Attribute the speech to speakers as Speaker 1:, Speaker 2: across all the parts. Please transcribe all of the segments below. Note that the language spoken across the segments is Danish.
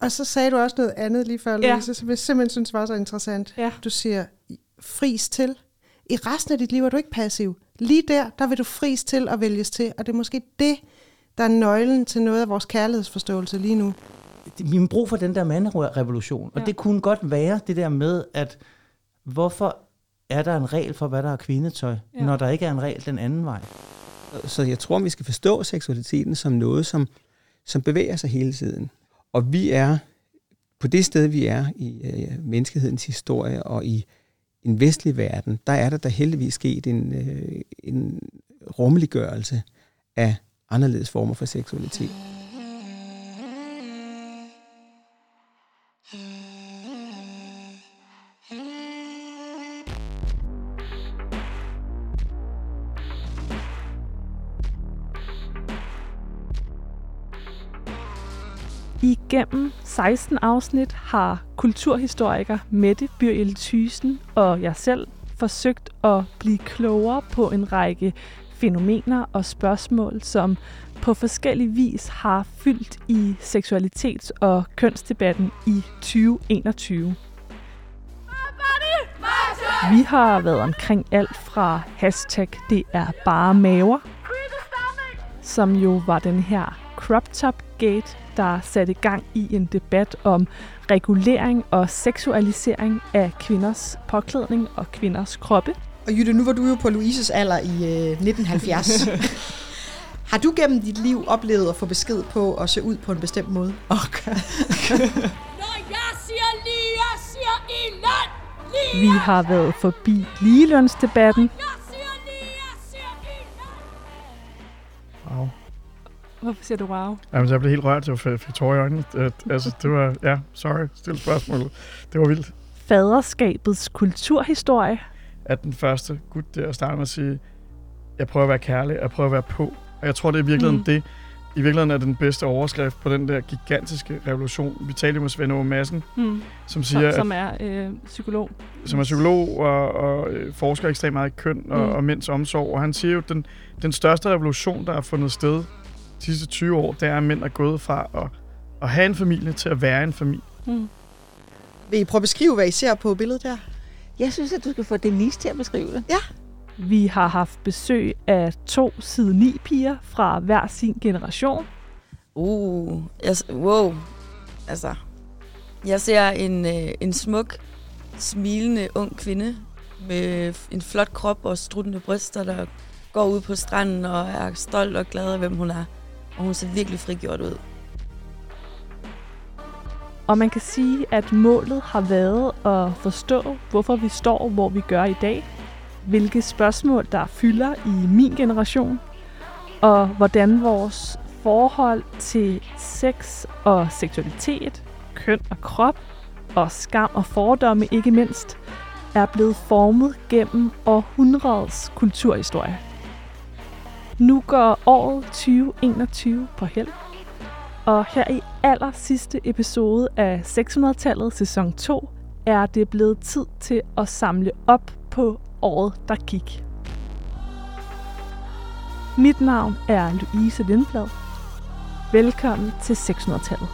Speaker 1: Og så sagde du også noget andet lige før, Louise, som jeg simpelthen synes var så interessant.
Speaker 2: Ja.
Speaker 1: Du siger, fris til. I resten af dit liv er du ikke passiv. Lige der vil du fris til og vælges til. Og det er måske det, der er nøglen til noget af vores kærlighedsforståelse lige nu.
Speaker 3: Vi har brug for den der manderevolution. Og det kunne godt være det der med, at hvorfor er der en regel for, hvad der er kvindetøj, når der ikke er en regel den anden vej?
Speaker 4: Så jeg tror, vi skal forstå seksualiteten som noget, som bevæger sig hele tiden. Og vi er på det sted, vi er i menneskehedens historie og i en vestlig verden, der er der heldigvis sket en rummeliggørelse af anderledes former for seksualitet.
Speaker 2: Igennem 16 afsnit har kulturhistoriker Mette Bürjel Thyssen og jeg selv forsøgt at blive klogere på en række fænomener og spørgsmål, som på forskellig vis har fyldt i seksualitets- og kønsdebatten i 2021. Vi har været omkring alt fra #det er bare maver, som jo var den her crop top gate, der satte gang i en debat om regulering og seksualisering af kvinders påklædning og kvinders kroppe.
Speaker 5: Og Jytte, nu var du jo på Louises alder i 1970. Har du gennem dit liv oplevet at få besked på at se ud på en bestemt måde?
Speaker 2: Okay.
Speaker 6: Når jeg siger lige, jeg siger i land.
Speaker 2: Vi har været forbi ligelønsdebatten.
Speaker 6: Jeg siger lige, jeg siger i land.
Speaker 7: Wow.
Speaker 2: Hvorfor siger du wow?
Speaker 7: Jamen, jeg blev helt rørt. Jeg fik tårer i øjnene. Det var... Ja, sorry. Stil spørgsmålet. Det var vildt.
Speaker 2: Faderskabets kulturhistorie.
Speaker 7: At den første gut der starter med at sige, jeg prøver at være kærlig, jeg prøver at være på. Og jeg tror, det er i virkeligheden det. I virkeligheden er den bedste overskrift på den der gigantiske revolution. Vi talte med Svend Aage Madsen, som siger...
Speaker 2: Som er psykolog.
Speaker 7: Som er psykolog og forsker ekstremt meget i køn og mænds omsorg. Og han siger jo, at den største revolution, der har fundet sted de sidste 20 år, det er, at mænd er gået fra at have en familie til at være en familie.
Speaker 5: Vil I prøve at beskrive, hvad I ser på billedet her?
Speaker 8: Jeg synes, at du skal få Denise til at beskrive det.
Speaker 5: Ja.
Speaker 2: Vi har haft besøg af 2 side 9 piger fra hver sin generation.
Speaker 9: Wow. Altså, jeg ser en smuk, smilende ung kvinde med en flot krop og struttende bryster, der går ud på stranden og er stolt og glad af, hvem hun er. Og hun ser virkelig frigjort ud.
Speaker 2: Og man kan sige, at målet har været at forstå, hvorfor vi står, hvor vi gør i dag. Hvilke spørgsmål, der fylder i min generation. Og hvordan vores forhold til sex og seksualitet, køn og krop, og skam og fordomme ikke mindst, er blevet formet gennem århundredets kulturhistorie. Nu går året 2021 på held. Og her i aller sidste episode af 600-tallet sæson 2 er det blevet tid til at samle op på året, der gik. Mit navn er Louise Lindblad. Velkommen til 600-tallet.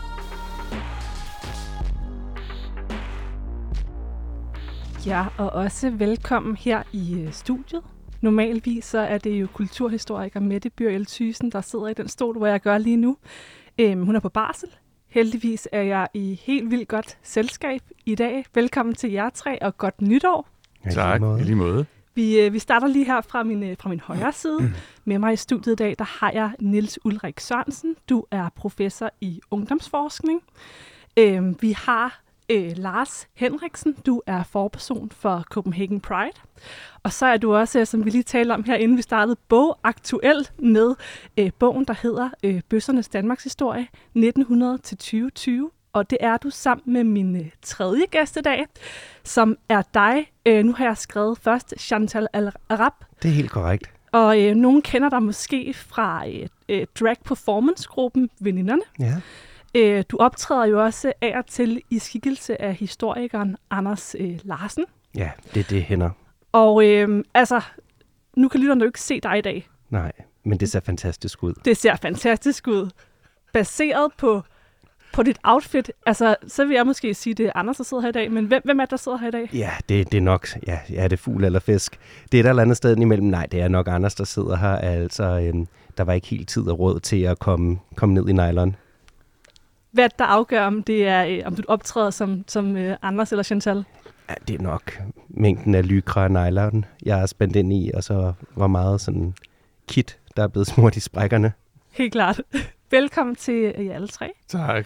Speaker 2: Ja, og også velkommen her i studiet. Normalvis så er det jo kulturhistoriker Mette Bürjel Thyssen, der sidder i den stol, hvor jeg gør lige nu. Hun er på barsel. Heldigvis er jeg i helt vildt godt selskab i dag. Velkommen til jer 3, og godt nytår.
Speaker 10: Tak, i lige måde.
Speaker 2: Vi starter lige her fra min højre side. Med mig i studiet i dag, der har jeg Niels Ulrik Sørensen. Du er professor i ungdomsforskning. Vi har Lars Henriksen. Du er forperson for Copenhagen Pride. Og så er du også, som vi lige talte om her, inden vi startede, bogaktuel med bogen, der hedder Bøssernes Danmarks Historie 1900-2020. Og det er du sammen med min tredje gæst i dag, som er dig. Nu har jeg skrevet først Chantal Arab.
Speaker 10: Det er helt korrekt.
Speaker 2: Og nogen kender dig måske fra drag performance-gruppen Veninderne.
Speaker 10: Ja.
Speaker 2: Du optræder jo også af og til i skikkelse af historikeren Anders Larsen.
Speaker 10: Ja, det hænder.
Speaker 2: Og nu kan lytterne jo ikke se dig i dag.
Speaker 10: Nej, men det ser fantastisk ud.
Speaker 2: Det ser fantastisk ud. Baseret på på dit outfit, altså, så vil jeg måske sige, det er Anders, der sidder her i dag, men hvem er der sidder her i dag?
Speaker 10: Ja, det er nok, ja, det er fugl eller fisk. Det er der et eller andet sted imellem. Nej, det er nok Anders, der sidder her. Altså, der var ikke helt tid og råd til at komme ned i nylon.
Speaker 2: Hvad der afgør, om det er, om du optræder som Anders eller Chantal?
Speaker 10: Ja, det er nok mængden af lykra og nylon, jeg er spændt ind i, og så hvor meget sådan kit, der er blevet smurt i sprækkerne.
Speaker 2: Helt klart. Velkommen til jer alle tre.
Speaker 7: Tak.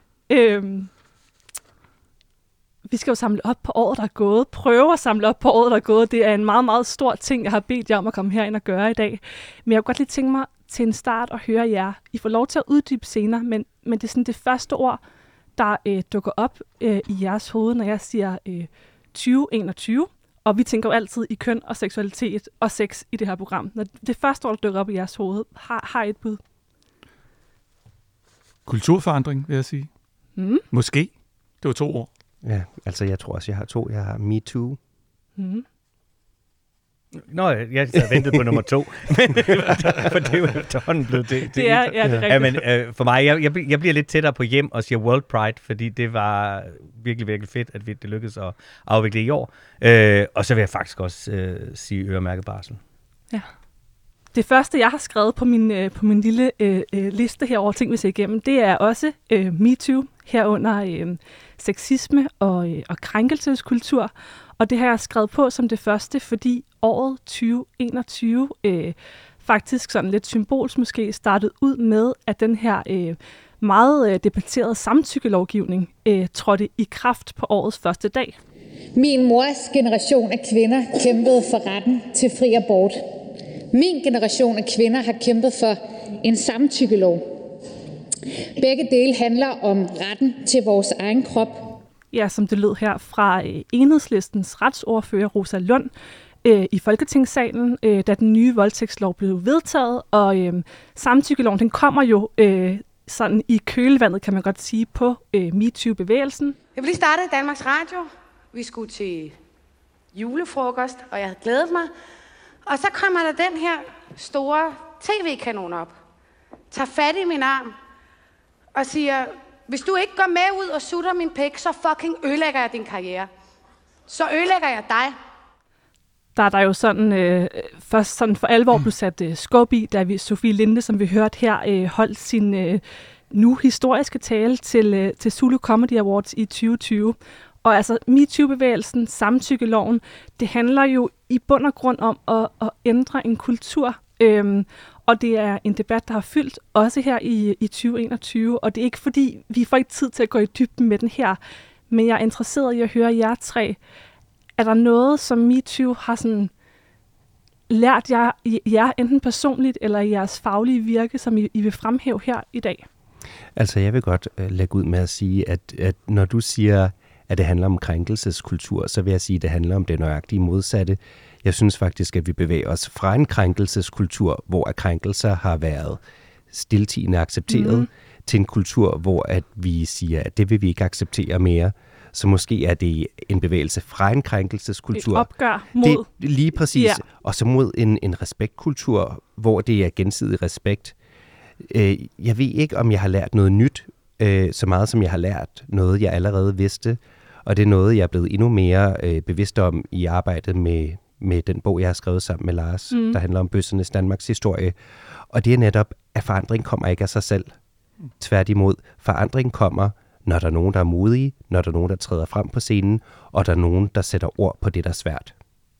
Speaker 2: Vi skal jo samle op på året, der er gået. Prøve at samle op på året, der er gået. Det er en meget, meget stor ting, jeg har bedt jer om at komme herind og gøre i dag. Men jeg kunne godt lige tænke mig til en start at høre jer. I får lov til at uddybe senere, men det er sådan det første ord, der dukker op i jeres hoved, når jeg siger 2021. Og vi tænker jo altid i køn og seksualitet og sex i det her program. Når det første ord, der dukker op i jeres hoved, har et bud.
Speaker 7: Kulturforandring, vil jeg sige. Måske. Det var 2 ord.
Speaker 10: Ja, altså jeg tror også, jeg har 2. Jeg har Me Too.
Speaker 3: Nå, jeg har ventet på nummer 2, for det er jo efterhånden blevet det.
Speaker 2: Det er rigtigt.
Speaker 3: Ja, men for mig, jeg bliver lidt tættere på hjem og siger World Pride, fordi det var virkelig, virkelig fedt, at det lykkedes at afvikle i år. Og så vil jeg faktisk også sige øremærket barsel. Ja.
Speaker 2: Det første, jeg har skrevet på min lille liste her over ting, vi ser igennem, det er også MeToo, herunder sexisme og krænkelseskultur. Og det har jeg skrevet på som det første, fordi året 2021 faktisk sådan lidt symbolsk måske startede ud med, at den her meget debatterede samtykkelovgivning trådte i kraft på årets første dag.
Speaker 11: Min mors generation af kvinder kæmpede for retten til fri abort. Min generation af kvinder har kæmpet for en samtykkelov. Begge dele handler om retten til vores egen krop.
Speaker 2: Ja, som det lød her fra Enhedslistens retsordfører Rosa Lund i Folketingssalen, da den nye voldtægtslov blev vedtaget. Og samtykkeloven, den kommer jo sådan i kølvandet, kan man godt sige, på MeToo-bevægelsen.
Speaker 12: Jeg blev startet i Danmarks Radio. Vi skulle til julefrokost, og jeg havde glædet mig. Og så kommer der den her store tv-kanon op, tager fat i min arm og siger, hvis du ikke går med ud og sutter min pik, så fucking ødelægger jeg din karriere. Så ødelægger jeg dig.
Speaker 2: Der jo sådan, først sådan for alvor blev sat skub i, da Sofie Linde, som vi hørte her, holdt sin nu historiske tale til Zulu Comedy Awards i 2020. Og altså MeToo-bevægelsen, samtykkeloven, det handler jo i bund og grund om at ændre en kultur. Og det er en debat, der har fyldt også her i 2021. Og det er ikke fordi, vi får ikke tid til at gå i dybden med den her. Men jeg er interesseret i at høre jer tre. Er der noget, som MeToo har sådan lært jer enten personligt eller i jeres faglige virke, som I vil fremhæve her i dag?
Speaker 10: Altså jeg vil godt lægge ud med at sige, at når du siger, at det handler om krænkelseskultur, så vil jeg sige, at det handler om det nøjagtige modsatte. Jeg synes faktisk, at vi bevæger os fra en krænkelseskultur, hvor krænkelser har været stiltiende accepteret, til en kultur, hvor at vi siger, at det vil vi ikke acceptere mere. Så måske er det en bevægelse fra en krænkelseskultur.
Speaker 2: Et opgør mod.
Speaker 10: Det, lige præcis. Ja. Og så mod en respektkultur, hvor det er gensidig respekt. Jeg ved ikke, om jeg har lært noget nyt, så meget som jeg har lært noget, jeg allerede vidste. Og det er noget, jeg er blevet endnu mere bevidst om i arbejdet med den bog, jeg har skrevet sammen med Lars, der handler om bøssernes Danmarks historie. Og det er netop, at forandring kommer ikke af sig selv. Tværtimod, forandring kommer, når der er nogen, der er modige, når der er nogen, der træder frem på scenen, og der er nogen, der sætter ord på det, der er svært.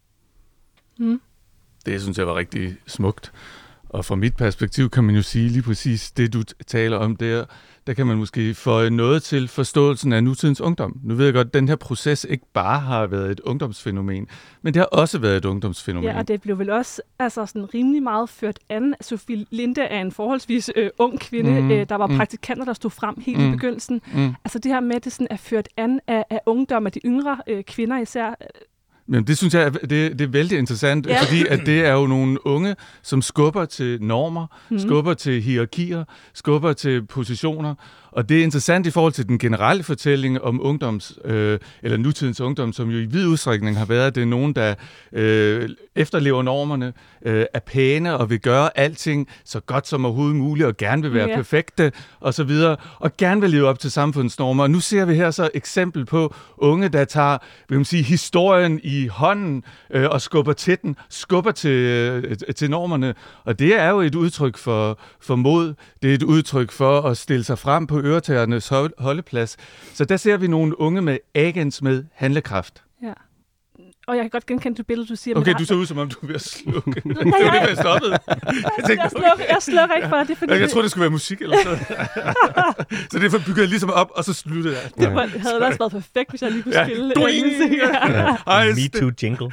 Speaker 7: Det synes jeg var rigtig smukt. Og fra mit perspektiv kan man jo sige lige præcis det, du taler om der kan man måske få noget til forståelsen af nutidens ungdom. Nu ved jeg godt, at den her proces ikke bare har været et ungdomsfænomen, men det har også været et ungdomsfænomen.
Speaker 2: Ja, og det blev vel også altså sådan rimelig meget ført an. Sofie Linde er en forholdsvis ung kvinde, der var praktikanter, der stod frem helt i begyndelsen. Altså det her med, at det sådan er ført an af ungdom, af de yngre kvinder især.
Speaker 7: Men det synes jeg, det er vældig interessant, fordi at det er jo nogle unge, som skubber til normer, skubber til hierarkier, skubber til positioner,
Speaker 13: Og det er interessant i forhold til den generelle fortælling om eller nutidens ungdom, som jo i vid udstrækning har været, at det er nogen, der efterlever normerne, er pæne og vil gøre alting så godt som overhovedet muligt, og gerne vil være perfekte, og så videre, og gerne vil leve op til samfundsnormer. Og nu ser vi her så eksempel på unge, der tager, vil man sige, historien i hånden og skubber til den, skubber til normerne. Og det er jo et udtryk for mod. Det er et udtryk for at stille sig frem på øretægernes holdeplads. Så der ser vi nogle unge med agens, med handlekraft.
Speaker 2: Ja. Og jeg kan godt genkende det billede, du siger.
Speaker 13: Okay, du ser ud, som om du er ved at slukke. Det var det, jeg stoppede.
Speaker 2: Jeg slukker ikke for det, fordi...
Speaker 13: Jeg troede, det skulle være musik eller sådan. Så derfor byggede jeg ligesom op, og så sluttede jeg.
Speaker 2: Det havde også været perfekt, hvis jeg lige kunne spille musik.
Speaker 3: Me Too jingle.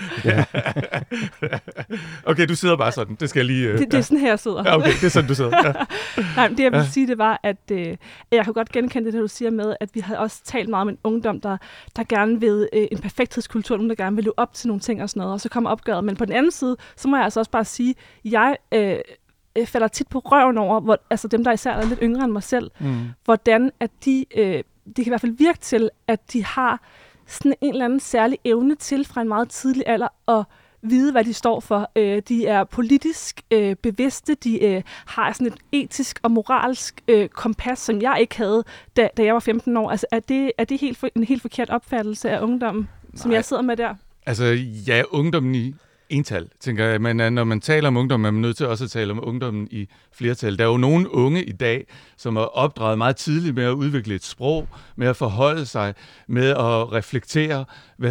Speaker 13: Okay, du sidder bare sådan. Det skal jeg lige...
Speaker 2: Det er sådan her, jeg sidder.
Speaker 13: Ja, okay, det er sådan, du sidder. Ja.
Speaker 2: Nej, det jeg vil sige, det var, at jeg kan godt genkende det, du siger med, at vi har også talt meget om en ungdom, der gerne vil en perfekthedskultur, nogen, der gerne vil leve op til nogle ting og sådan noget, og så kommer opgøret. Men på den anden side, så må jeg altså også bare sige, jeg falder tit på røven over, altså dem, der især er lidt yngre end mig selv, hvordan at de kan i hvert fald virke til, at de har sådan en eller anden særlig evne til fra en meget tidlig alder at vide, hvad de står for. De er politisk bevidste, de har sådan et etisk og moralsk kompas, som jeg ikke havde, da jeg var 15 år. Altså, er det en helt forkert opfattelse af ungdommen, som jeg sidder med der?
Speaker 13: Altså, ja, ungdommen i ental, tænker jeg. Men når man taler om ungdom, er man nødt til også at tale om ungdommen i flertal. Der er jo nogle unge i dag, som er opdraget meget tidligt med at udvikle et sprog, med at forholde sig, med at reflektere,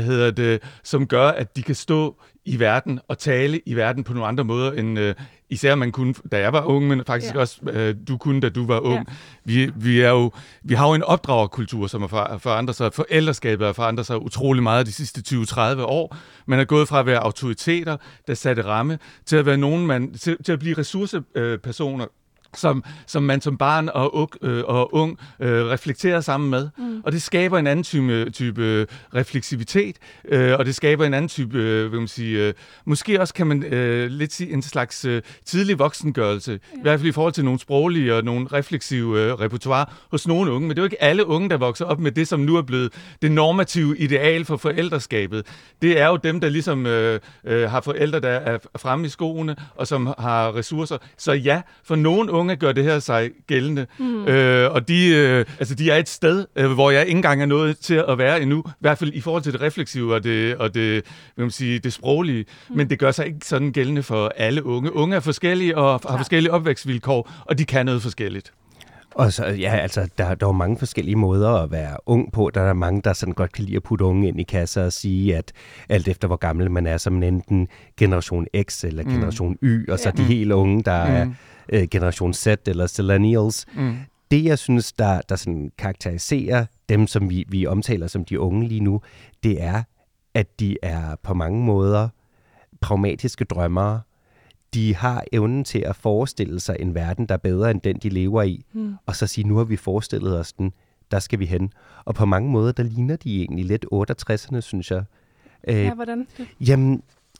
Speaker 13: som gør, at de kan stå i verden og tale i verden på nogle andre måder, end især man kunne, da jeg var ung, men faktisk også du kunne, da du var ung. Ja. Vi har jo en opdragerkultur, som har forandret sig. Forældreskabet har forandret sig utrolig meget de sidste 20-30 år. Man er gået fra at være autoriteter, der satte ramme, til at være nogen, til at blive ressourcepersoner, som man som barn og ung reflekterer sammen med. Og det skaber en anden type refleksivitet, og det skaber en anden type, vil man sige, måske også kan man lidt sige en slags tidlig voksengørelse, i hvert fald i forhold til nogle sproglige og nogle refleksive repertoire hos nogle unge. Men det er jo ikke alle unge, der vokser op med det, som nu er blevet det normative ideal for forældreskabet. Det er jo dem, der ligesom har forældre, der er fremme i skoene, og som har ressourcer. Så ja, for nogle unge gør det her sig gældende. Og de er et sted, hvor jeg ikke engang er nået til at være endnu, i hvert fald i forhold til det refleksive og det vil man sige, det sproglige. Men det gør sig ikke sådan gældende for alle unge. Unge er forskellige og har forskellige opvækstvilkår, og de kan noget forskelligt.
Speaker 10: Og så, der er jo mange forskellige måder at være ung på. Der er mange, der sådan godt kan lide at putte unge ind i kasser og sige, at alt efter hvor gammel man er, som enten generation X eller generation Y, og så de helt unge, der er generation Z eller Millennials. Det, jeg synes, der sådan karakteriserer dem, som vi omtaler som de unge lige nu, det er, at de er på mange måder pragmatiske drømmere. De har evnen til at forestille sig en verden, der er bedre end den, de lever i, og så sige, nu har vi forestillet os den, der skal vi hen. Og på mange måder, der ligner de egentlig lidt 68'erne, synes jeg.
Speaker 2: Hvordan?
Speaker 10: Jamen,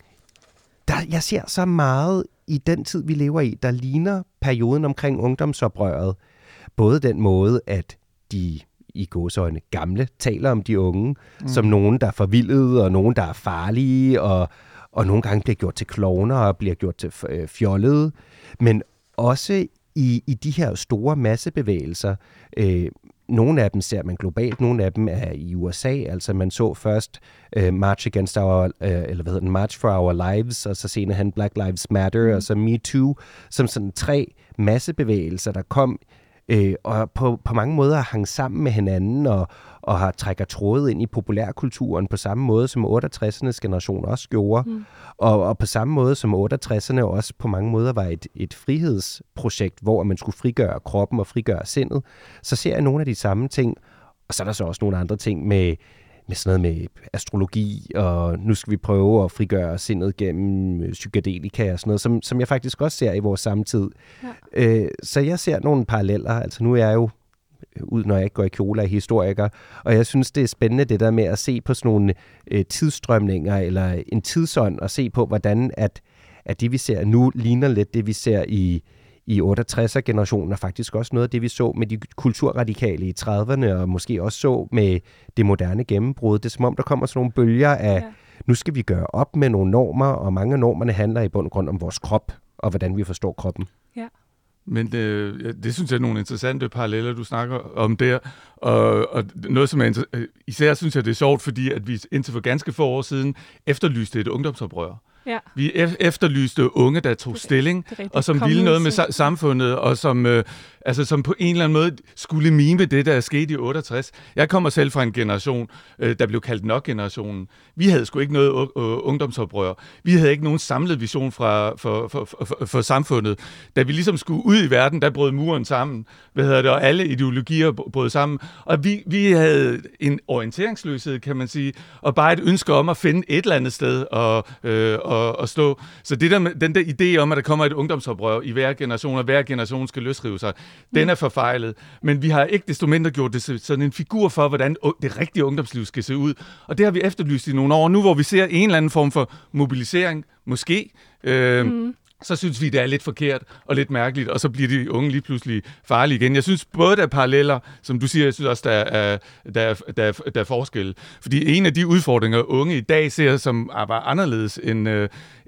Speaker 10: jeg ser så meget i den tid, vi lever i, der ligner perioden omkring ungdomsoprøret. Både den måde, at de i gåseøjne gamle taler om de unge, som nogen, der er forvildede, og nogen, der er farlige, og nogle gange bliver gjort til klovner og bliver gjort til fjollede, men også i de her store massebevægelser. Nogle af dem ser man globalt, nogle af dem er i USA, altså man så først March for Our Lives, og så senere hen Black Lives Matter, og så Me Too, som sådan 3 massebevægelser, der kom og på mange måder hang sammen med hinanden og har trækker trådet ind i populærkulturen på samme måde, som 68'ernes generation også gjorde. Og på samme måde som 68'erne også på mange måder var et frihedsprojekt, hvor man skulle frigøre kroppen og frigøre sindet. Så ser jeg nogle af de samme ting, og så er der så også nogle andre ting med sådan noget med astrologi, og nu skal vi prøve at frigøre sindet gennem psykedelika og sådan noget, som jeg faktisk også ser i vores samtid. Ja. Så jeg ser nogle paralleller. Altså nu er jeg jo når jeg ikke går i kjole, er historiker, og jeg synes, det er spændende det der med at se på sådan nogle tidsstrømninger eller en tidsånd, og se på, hvordan at det, vi ser nu, ligner lidt det, vi ser i i 68'er-generationen, og faktisk også noget af det, vi så med de kulturradikale i 30'erne, og måske også så med det moderne gennembrud. Det er som om, der kommer sådan nogle bølger af, nu skal vi gøre op med nogle normer, og mange af normerne handler i bund og grund om vores krop, og hvordan vi forstår kroppen.
Speaker 2: Ja.
Speaker 13: Men det synes jeg er nogle interessante paralleller, du snakker om der. Og noget, som især synes jeg, det er sjovt, fordi at vi indtil for ganske få år siden efterlyste et ungdomsoprør. Ja. Vi efterlyste unge, der tog stilling, og som ville noget med samfundet, og som på en eller anden måde skulle mime det, der skete i 68. Jeg kommer selv fra en generation, der blev kaldt nok-generationen. Vi havde sgu ikke noget ungdomsoprør. Vi havde ikke nogen samlet vision for samfundet. Da vi ligesom skulle ud i verden, der brød muren sammen. Og alle ideologier brød sammen. Og vi havde en orienteringsløshed, kan man sige, og bare et ønske om at finde et eller andet sted at stå. Så det den der idé om, at der kommer et ungdomsoprør i hver generation, og hver generation skal løsrive sig, den er forfejlet. Men vi har ikke desto mindre gjort det sådan en figur for, hvordan det rigtige ungdomsliv skal se ud. Og det har vi efterlyst i nogle år. Nu hvor vi ser en eller anden form for mobilisering, måske, så synes vi, det er lidt forkert og lidt mærkeligt, og så bliver de unge lige pludselig farlige igen. Jeg synes både, der er paralleller, som du siger, jeg synes også, der er forskel. Fordi en af de udfordringer, unge i dag ser, som var anderledes end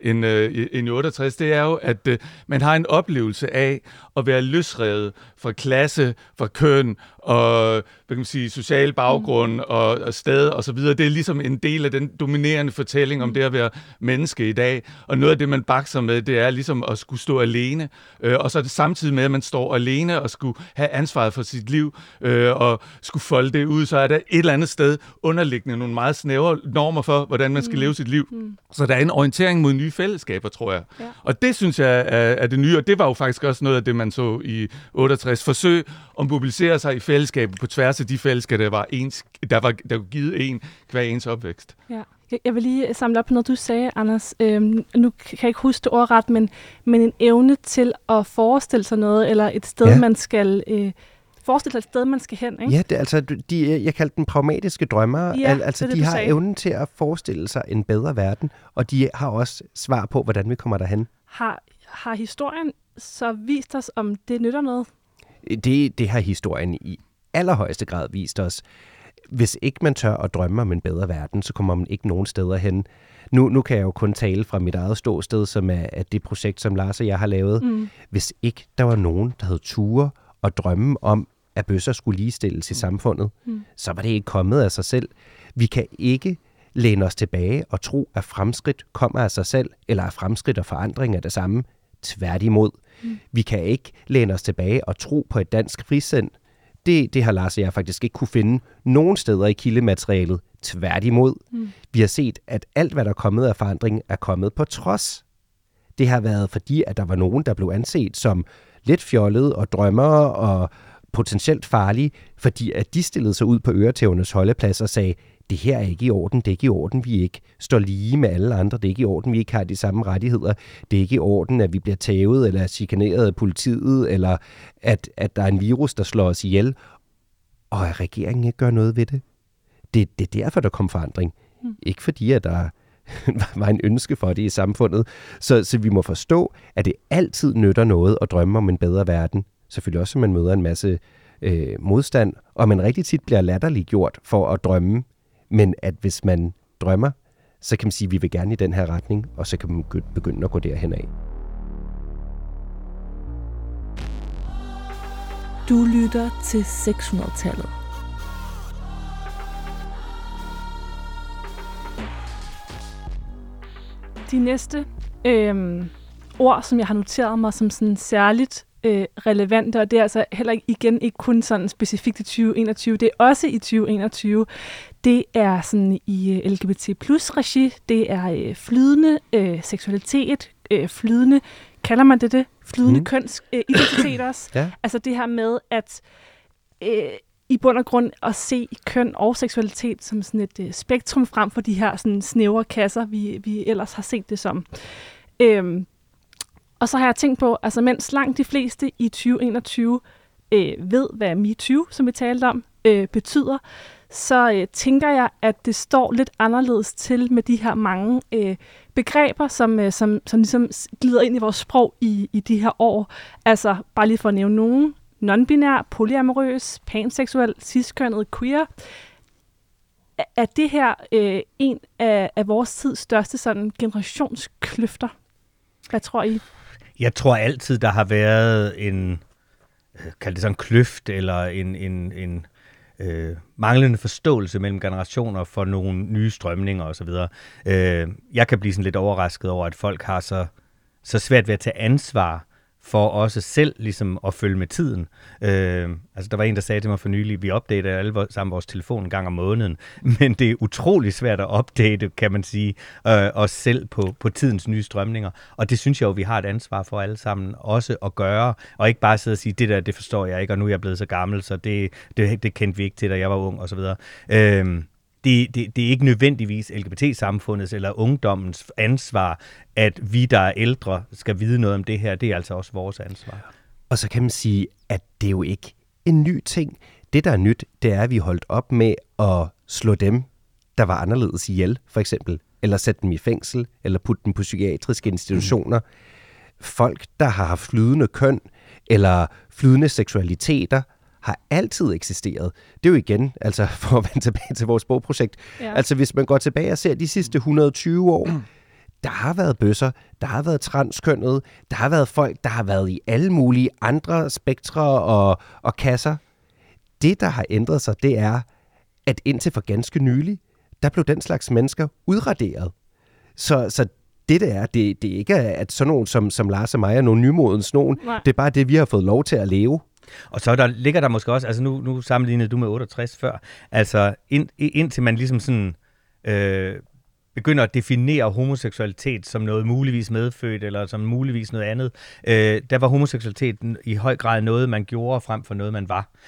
Speaker 13: i 68, det er jo, at man har en oplevelse af at være løsrevet fra klasse, fra køn og hvad kan man sige, social baggrund og sted og så videre. Det er ligesom en del af den dominerende fortælling om det at være menneske i dag. Og noget af det, man bakser med, det er ligesom at skulle stå alene. Og så er det samtidig med, at man står alene og skulle have ansvaret for sit liv og skulle folde det ud. Så er der et eller andet sted underliggende nogle meget snævre normer for, hvordan man skal leve sit liv. Så der er en orientering mod nye fællesskaber, tror jeg. Ja. Og det synes jeg er det nye, og det var jo faktisk også noget af det, man så i 68. Forsøg at mobilisere sig i fællesskaber på tværs af de fællesskaber, der var givet en hver ens opvækst. Ja.
Speaker 2: Jeg vil lige samle op på noget, du sagde, Anders. Nu kan jeg ikke huske det ordret, men en evne til at forestille sig noget, eller et sted, man skal... forestille sig et sted, man skal hen, ikke?
Speaker 10: Ja, det, altså, jeg kaldte dem pragmatiske drømmere. Ja, altså, de har evnen til at forestille sig en bedre verden, og de har også svar på, hvordan vi kommer derhen.
Speaker 2: Har historien så vist os, om det nytter noget?
Speaker 10: Det har historien i allerhøjeste grad vist os. Hvis ikke man tør at drømme om en bedre verden, så kommer man ikke nogen steder hen. Nu kan jeg jo kun tale fra mit eget ståsted, som er det projekt, som Lars og jeg har lavet. Hvis ikke der var nogen, der havde ture og drømme om, at bøsser skulle ligestilles i samfundet, så var det ikke kommet af sig selv. Vi kan ikke læne os tilbage og tro, at fremskridt kommer af sig selv, eller at fremskridt og forandring er det samme. Tværtimod. Vi kan ikke læne os tilbage og tro på et dansk frisind. Det har Lars og jeg faktisk ikke kunne finde nogen steder i kildematerialet. Tværtimod. Vi har set, at alt, hvad der er kommet af forandring, er kommet på trods. Det har været fordi, at der var nogen, der blev anset som lidt fjollede og drømmere og potentielt farlige, fordi at de stillede sig ud på øretævernes holdeplads og sagde, det her er ikke i orden, det er ikke i orden, vi ikke står lige med alle andre, det er ikke i orden, vi ikke har de samme rettigheder, det er ikke i orden, at vi bliver tævet eller chikaneret af politiet, eller at der er en virus, der slår os ihjel, og at regeringen ikke gør noget ved det. Det er derfor, der kom forandring. Ikke fordi, at der var en ønske for det i samfundet. Så vi må forstå, at det altid nytter noget at drømme om en bedre verden. Selvfølgelig også, at man møder en masse modstand, og man rigtig tit bliver latterliggjort for at drømme. Men at hvis man drømmer, så kan man sige, at vi vil gerne i den her retning, og så kan man begynde at gå derhen af.
Speaker 2: Du lytter til 600-tallet. De næste ord, som jeg har noteret mig som sådan særligt relevante, og det er altså heller ikke kun sådan specifikt i 2021, det er også i 2021, det er sådan i LGBT plus regi, det er flydende seksualitet, flydende, kalder man det? Flydende kønsidentitet også. Ja. Altså det her med, at i bund og grund at se køn og seksualitet som sådan et spektrum frem for de her sådan snævre kasser, vi ellers har set det som. Og så har jeg tænkt på, altså mens langt de fleste i 2021 ved, hvad MeToo, som vi talte om, betyder, så tænker jeg, at det står lidt anderledes til med de her mange begreber, som ligesom glider ind i vores sprog i de her år. Altså, bare lige for at nævne nogen: non-binær, polyamorøs, panseksuel, ciskønnet, queer. Er det her en af vores tids største sådan generationskløfter? Hvad tror I?
Speaker 3: Jeg tror altid, der har været en, kald det sådan en kløft, eller en manglende forståelse mellem generationer for nogle nye strømninger osv. Jeg kan blive sådan lidt overrasket over, at folk har så svært ved at tage ansvar for også selv ligesom at følge med tiden. Altså der var en, der sagde til mig for nylig, vi opdater alle sammen vores telefon en gang om måneden, men det er utrolig svært at opdate, kan man sige, os selv på tidens nye strømninger. Og det synes jeg jo, vi har et ansvar for alle sammen også at gøre, og ikke bare sidde og sige, det forstår jeg ikke, og nu er jeg blevet så gammel, så det kendte vi ikke til, da jeg var ung osv. Det er ikke nødvendigvis LGBT-samfundets eller ungdommens ansvar, at vi, der er ældre, skal vide noget om det her. Det er altså også vores ansvar.
Speaker 10: Og så kan man sige, at det er jo ikke en ny ting. Det, der er nyt, det er, at vi holdt op med at slå dem, der var anderledes ihjel, for eksempel, eller sætte dem i fængsel, eller putte dem på psykiatriske institutioner. Folk, der har haft flydende køn, eller flydende seksualiteter, har altid eksisteret. Det er jo igen, altså for at vende tilbage til vores bogprojekt, altså hvis man går tilbage og ser de sidste 120 år, der har været bøsser, der har været transkønnede, der har været folk, der har været i alle mulige andre spektre og kasser. Det, der har ændret sig, det er, at indtil for ganske nylig, der blev den slags mennesker udraderet. Så det er ikke, at sådan nogen som Lars og mig er nogle nymodens nogen. Nej. Det er bare det, vi har fået lov til at leve.
Speaker 3: Og så ligger der måske også, altså nu sammenlignede du med 68 før, altså indtil man ligesom sådan begynder at definere homoseksualitet som noget muligvis medfødt, eller som muligvis noget andet, der var homoseksualiteten i høj grad noget, man gjorde frem for noget, man var.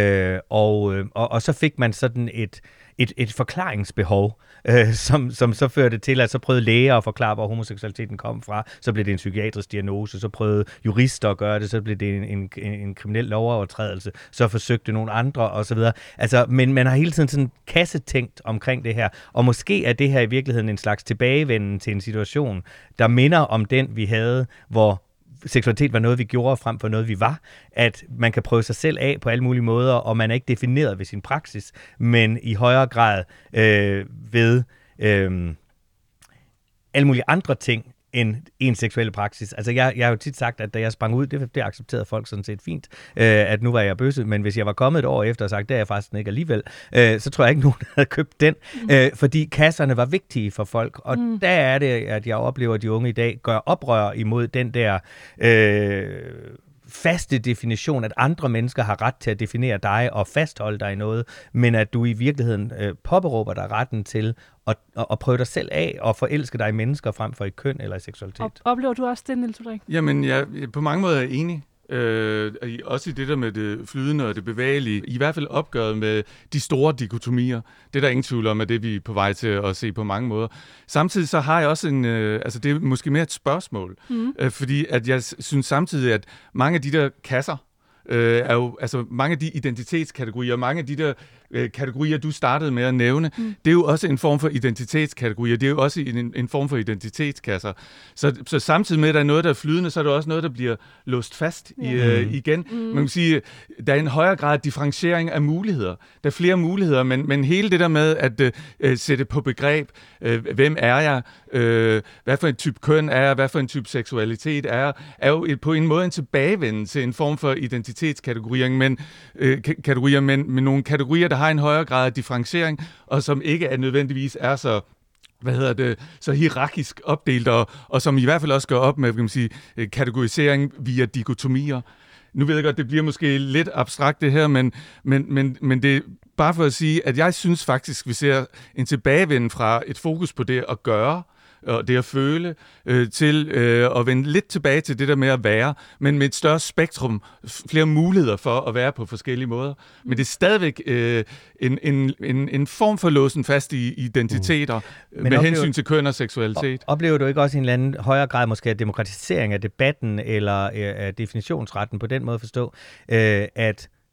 Speaker 3: Og så fik man sådan et forklaringsbehov, som så førte til, at så prøvede læger at forklare, hvor homoseksualiteten kom fra, så blev det en psykiatrisk diagnose, så prøvede jurister at gøre det, så blev det en kriminel lovovertrædelse, så forsøgte nogle andre osv. Altså, men man har hele tiden sådan kassetænkt omkring det her, og måske er det her i virkeligheden en slags tilbagevenden til en situation, der minder om den, vi havde, hvor seksualitet var noget, vi gjorde frem for noget, vi var. At man kan prøve sig selv af på alle mulige måder, og man er ikke defineret ved sin praksis, men i højere grad ved alle mulige andre ting end en seksuelle praksis. Altså jeg har jo tit sagt, at da jeg sprang ud, det accepterede folk sådan set fint, at nu var jeg bøsse, men hvis jeg var kommet et år efter og sagt, det er jeg faktisk ikke alligevel, så tror jeg ikke, nogen havde købt den, fordi kasserne var vigtige for folk, og der er det, at jeg oplever, at de unge i dag gør oprør imod den der faste definition, at andre mennesker har ret til at definere dig og fastholde dig i noget, men at du i virkeligheden påberåber dig retten til at prøve dig selv af og forelske dig i mennesker frem for i køn eller i seksualitet.
Speaker 2: Oplever du også det, Niels Ulrik?
Speaker 13: Jamen, jeg på mange måder er enig. Også i det der med det flydende og det bevægelige, i hvert fald opgøret med de store dikotomier. Det er der ingen tvivl om, at det vi er på vej til at se på mange måder. Samtidig så har jeg også altså det er måske mere et spørgsmål, fordi at jeg synes samtidig, at mange af de der kasser, er jo, altså mange af de identitetskategorier, mange af de der kategorier, du startede med at nævne, det er jo også en form for identitetskategorier, det er jo også en form for identitetskasser. Så samtidig med, at der er noget, der er flydende, så er der også noget, der bliver låst fast igen. Man kan sige, der er en højere grad differentiering af muligheder. Der er flere muligheder, men hele det der med at sætte på begreb, hvem er jeg, hvad for en type køn er jeg, hvad for en type seksualitet er jo på en måde en tilbagevenden til en form for identitetskategorier, men nogle kategorier, der har en højere grad af differentiering, og som ikke er nødvendigvis er så så hierarkisk opdelt, og som i hvert fald også gør op med, kan man sige, kategorisering via dikotomier. Nu ved jeg godt, det bliver måske lidt abstrakt det her, men det er bare for at sige, at jeg synes faktisk, vi ser en tilbagevenden fra et fokus på det at gøre, og det at føle, til at vende lidt tilbage til det der med at være, men med et større spektrum, flere muligheder for at være på forskellige måder. Men det er stadigvæk en form for låsen fast i identiteter, med hensyn til køn og seksualitet.
Speaker 3: Oplever du ikke også en eller anden højere grad måske af demokratisering af debatten, eller af definitionsretten på den måde at forstå, at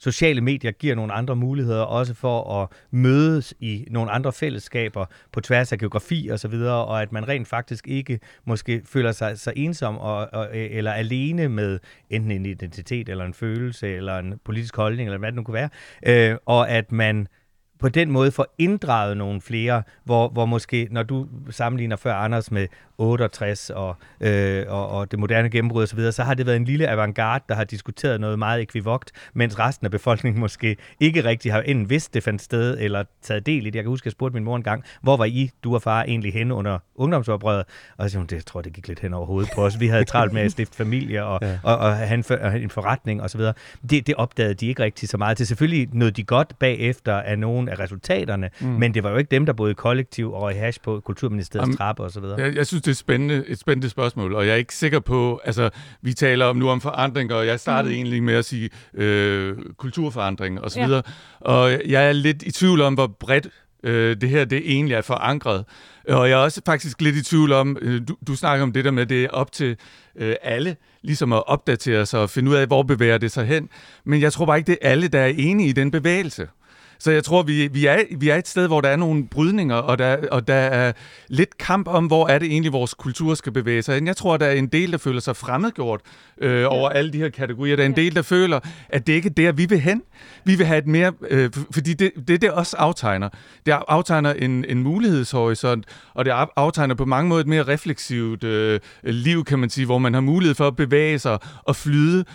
Speaker 3: sociale medier giver nogle andre muligheder, også for at mødes i nogle andre fællesskaber på tværs af geografi og så videre, og at man rent faktisk ikke måske føler sig så ensom eller alene med enten en identitet eller en følelse eller en politisk holdning, eller hvad det nu kunne være, og at man på den måde får inddraget nogle flere, hvor måske, når du sammenligner før Anders med 68 og det moderne gennembrud og så videre, så har det været en lille avantgarde, der har diskuteret noget meget ekvivokt, mens resten af befolkningen måske ikke rigtig har enten vidst, det fandt sted, eller taget del i det. Jeg kan huske, jeg spurgte min mor en gang, hvor var I, du og far, egentlig henne under ungdomsoprøret? Og så siger hun, det tror jeg, det gik lidt hen over hovedet på os. Vi havde travlt med at stifte familie og have en forretning og så videre. Det opdagede de ikke rigtig så meget. Det er selvfølgelig noget, de godt bagefter af nogle af resultaterne, men det var jo ikke dem, der boede i kollektiv og i hash på Kulturministeriets trappe og så videre.
Speaker 13: Jeg synes, det er et spændende spørgsmål, og jeg er ikke sikker på, altså vi taler nu om forandringer, og jeg startede egentlig med at sige kulturforandring og så videre, og jeg er lidt i tvivl om, hvor bredt det her det egentlig er forankret. Og jeg er også faktisk lidt i tvivl om, du snakker om det der med, at det er op til alle, ligesom at opdatere sig og finde ud af, hvor bevæger det sig hen. Men jeg tror bare ikke, det er alle, der er enige i den bevægelse. Så jeg tror, vi er et sted, hvor der er nogle brydninger, og der er lidt kamp om, hvor er det egentlig, vores kultur skal bevæge sig. Jeg tror, der er en del, der føler sig fremmedgjort over alle de her kategorier. Der er en del, der føler, at det ikke er der, vi vil hen. Vi vil have et mere... fordi det også aftegner. Det aftegner en mulighedshorisont, og det aftegner på mange måder et mere refleksivt liv, kan man sige, hvor man har mulighed for at bevæge sig og flyde.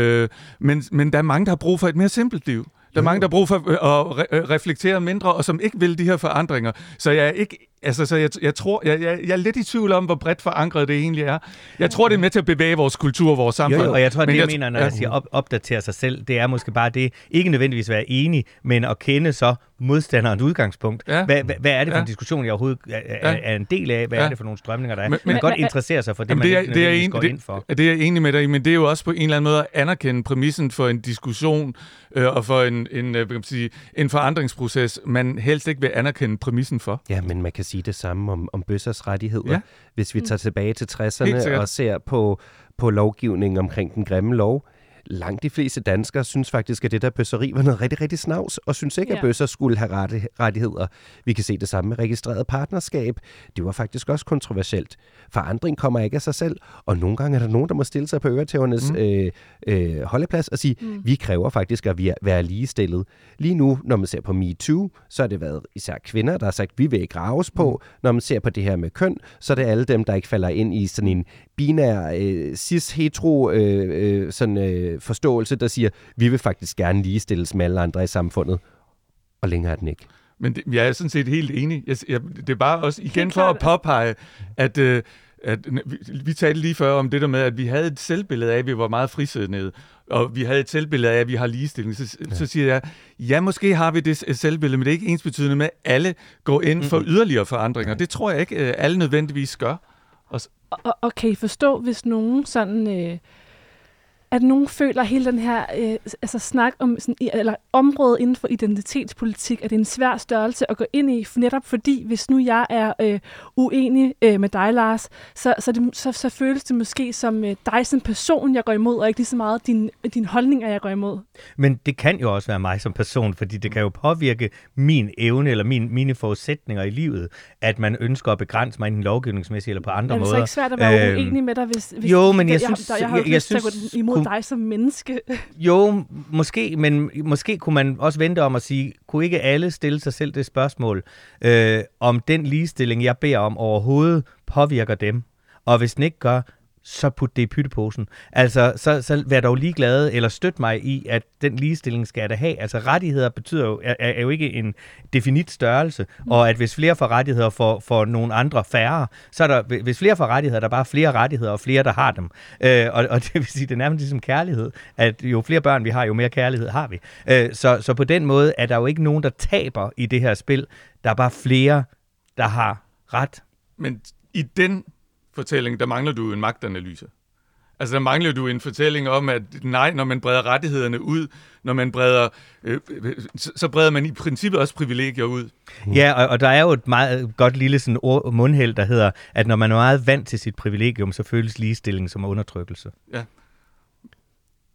Speaker 13: Men der er mange, der har brug for et mere simpelt liv. Der er mange, der har brug for at reflektere mindre, og som ikke vil de her forandringer. Så jeg er ikke... Altså, så jeg tror, jeg er lidt i tvivl om, hvor bredt forankret det egentlig er. Jeg tror, det er med til at bevæge vores kultur og vores samfund.
Speaker 3: Jo, og jeg tror, det jeg mener, når jeg siger opdatere sig selv, det er måske bare det, ikke nødvendigvis at være enig, men at kende så modstanderens udgangspunkt. Ja. Hvad er det for en diskussion, jeg overhovedet er en del af? Hvad er det for nogle strømninger, der er? Man kan godt interessere sig for det, man ikke nødvendigvis går ind for.
Speaker 13: Det er jeg enig med dig i, men det er jo også på en eller anden måde at anerkende præmissen for en diskussion og for en forandringsproces, man helst ikke vil anerkende præmissen for.
Speaker 10: Ja, men man kan sige det samme om bøssers rettigheder. Ja. Hvis vi tager tilbage til 60'erne og ser på lovgivningen omkring den grimme lov, langt de fleste danskere synes faktisk, at det der bøsseri var noget rigtig, rigtig snavs, og synes ikke, at bøsser skulle have rettigheder. Vi kan se det samme med registreret partnerskab. Det var faktisk også kontroversielt. Forandring kommer ikke af sig selv, og nogle gange er der nogen, der må stille sig på øretævernes holdeplads og sige, vi kræver faktisk at være ligestillet. Lige nu, når man ser på MeToo, så har det været især kvinder, der har sagt, vi vil ikke rages på. Når man ser på det her med køn, så er det alle dem, der ikke falder ind i sådan en binær, cis-hetero forståelse, der siger, vi vil faktisk gerne ligestilles med alle andre i samfundet. Og længere er den ikke.
Speaker 13: Men jeg er sådan set helt enig. Det er bare også igen for at påpege, at vi talte lige før om det der med, at vi havde et selvbillede af, at vi var meget frisiddende, og vi havde et selvbillede af, at vi har ligestilling. Så siger jeg, ja, måske har vi det selvbillede, men det er ikke ensbetydende med, at alle går ind for yderligere forandringer. Det tror jeg ikke, alle nødvendigvis gør.
Speaker 2: Og kan I forstå, hvis nogen sådan... at nogen føler hele den her snak om eller området inden for identitetspolitik, at det er en svær størrelse at gå ind i, netop fordi, hvis nu jeg er uenig med dig, Lars, så føles det måske som dig som person, jeg går imod, og ikke lige så meget din holdninger, jeg går imod.
Speaker 3: Men det kan jo også være mig som person, fordi det kan jo påvirke min evne eller mine forudsætninger i livet, at man ønsker at begrænse mig enten lovgivningsmæssigt eller på andre måder.
Speaker 2: Er det så ikke svært at være uenig med dig, hvis
Speaker 3: jo, men jeg synes...
Speaker 2: Jeg har lyst til at gå imod dig som menneske.
Speaker 3: Jo, måske, men måske kunne man også vente om at sige, kunne ikke alle stille sig selv det spørgsmål, om den ligestilling, jeg beder om overhovedet, påvirker dem? Og hvis den ikke gør, så put det i pytteposen. Altså, så vær dog ligeglade, eller støt mig i, at den ligestilling skal jeg da have. Altså, rettigheder er jo ikke en definit størrelse, og at hvis flere får rettigheder for nogle andre færre, så er der, hvis flere får rettigheder, der er bare flere rettigheder, og flere, der har dem. Og det vil sige, det er nærmest ligesom kærlighed, at jo flere børn vi har, jo mere kærlighed har vi. Så på den måde er der jo ikke nogen, der taber i det her spil. Der er bare flere, der har ret.
Speaker 13: Men i den fortælling, der mangler du en magtanalyse. Altså, der mangler du en fortælling om, at nej, når man breder rettighederne ud, når man breder, så breder man i princippet også privilegier ud.
Speaker 3: Ja, og der er jo et meget godt lille sådan mundheld, der hedder, at når man er meget vant til sit privilegium, så føles ligestilling som undertrykkelse.
Speaker 13: Ja.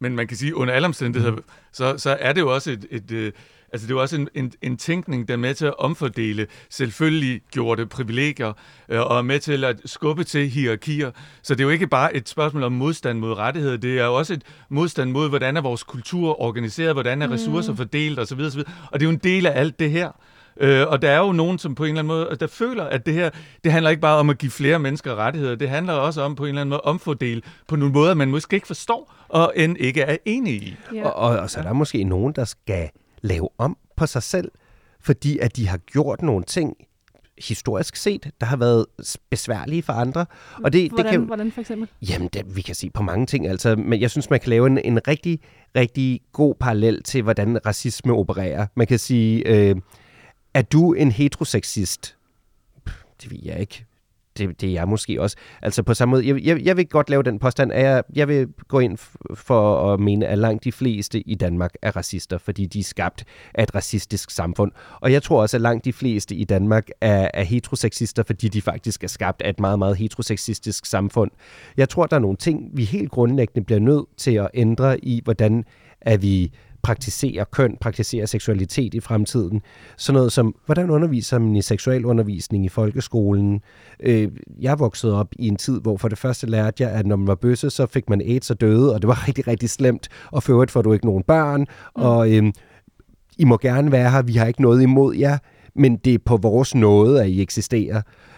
Speaker 13: Men man kan sige, under alle omstændigheder, så er det jo også det er jo også en tænkning, der er med til at omfordele selvfølgelig gjorte privilegier, og er med til at skubbe til hierarkier. Så det er jo ikke bare et spørgsmål om modstand mod rettigheder, det er jo også et modstand mod, hvordan er vores kultur organiseret, hvordan er ressourcer fordelt osv. Og det er jo en del af alt det her. Og der er jo nogen, som på en eller anden måde, der føler, at det her, det handler ikke bare om at give flere mennesker rettigheder, det handler også om på en eller anden måde omfordele på nogle måder, man måske ikke forstår, og end ikke er enige i.
Speaker 10: Ja. Og så er der måske nogen, der skal lave om på sig selv, fordi at de har gjort nogle ting, historisk set, der har været besværlige for andre. Og
Speaker 2: Hvordan for eksempel?
Speaker 10: Jamen, vi kan se på mange ting. Altså, men jeg synes, man kan lave en rigtig, rigtig god parallel til, hvordan racisme opererer. Man kan sige, er du en heteroseksist? Det ved jeg ikke. Det er jeg måske også. Altså på samme måde, jeg vil godt lave den påstand, at jeg vil gå ind for at mene, at langt de fleste i Danmark er racister, fordi de er skabt af et racistisk samfund. Og jeg tror også, at langt de fleste i Danmark er heteroseksister, fordi de faktisk er skabt af et meget, meget heteroseksistisk samfund. Jeg tror, der er nogle ting, vi helt grundlæggende bliver nødt til at ændre i, hvordan er vi praktiserer køn, praktiserer seksualitet i fremtiden. Sådan noget som, hvordan underviser man i seksualundervisning i folkeskolen? Jeg voksede op i en tid, hvor for det første lærte jeg, at når man var bøsse, så fik man AIDS og døde, og det var rigtig, rigtig slemt. Og for øvrigt får du ikke nogen børn, og I må gerne være her, vi har ikke noget imod jer, men det er på vores nåde, at I eksisterer.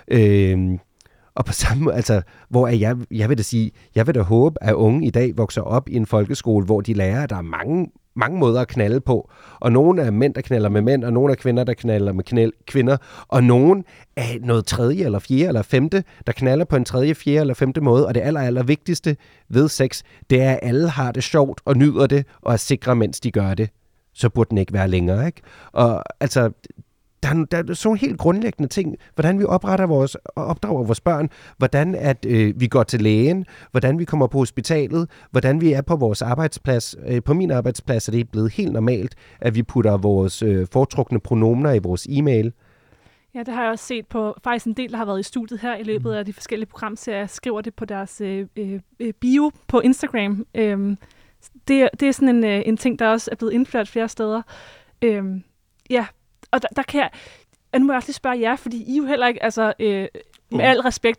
Speaker 10: Og på samme altså, hvor er jeg vil da sige, jeg vil da håbe, at unge i dag vokser op i en folkeskole, hvor de lærer, at der er mange måder at knalde på. Og nogle er mænd, der knaller med mænd, og nogle er kvinder, der knaller med kvinder. Og nogle er noget tredje, eller fjerde, eller femte, der knaller på en tredje, fjerde eller femte måde. Og det aller vigtigste ved sex, det er, at alle har det sjovt og nyder det, og er sikre, mens de gør det. Så burde den ikke være længere, ikke? Og altså, der er sådan helt grundlæggende ting, hvordan vi opdrager vores børn, hvordan at vi går til lægen, hvordan vi kommer på hospitalet, hvordan vi er på vores arbejdsplads. På min arbejdsplads er det blevet helt normalt, at vi putter vores foretrukne pronomener i vores e-mail.
Speaker 2: Ja, det har jeg også set på faktisk en del, der har været i studiet her i løbet af de forskellige programserier, skriver det på deres bio på Instagram. Det er sådan en ting, der også er blevet indført flere steder. Ja, og der kan jeg... Og nu må jeg også lige spørge jer, fordi I jo heller ikke, altså med al respekt,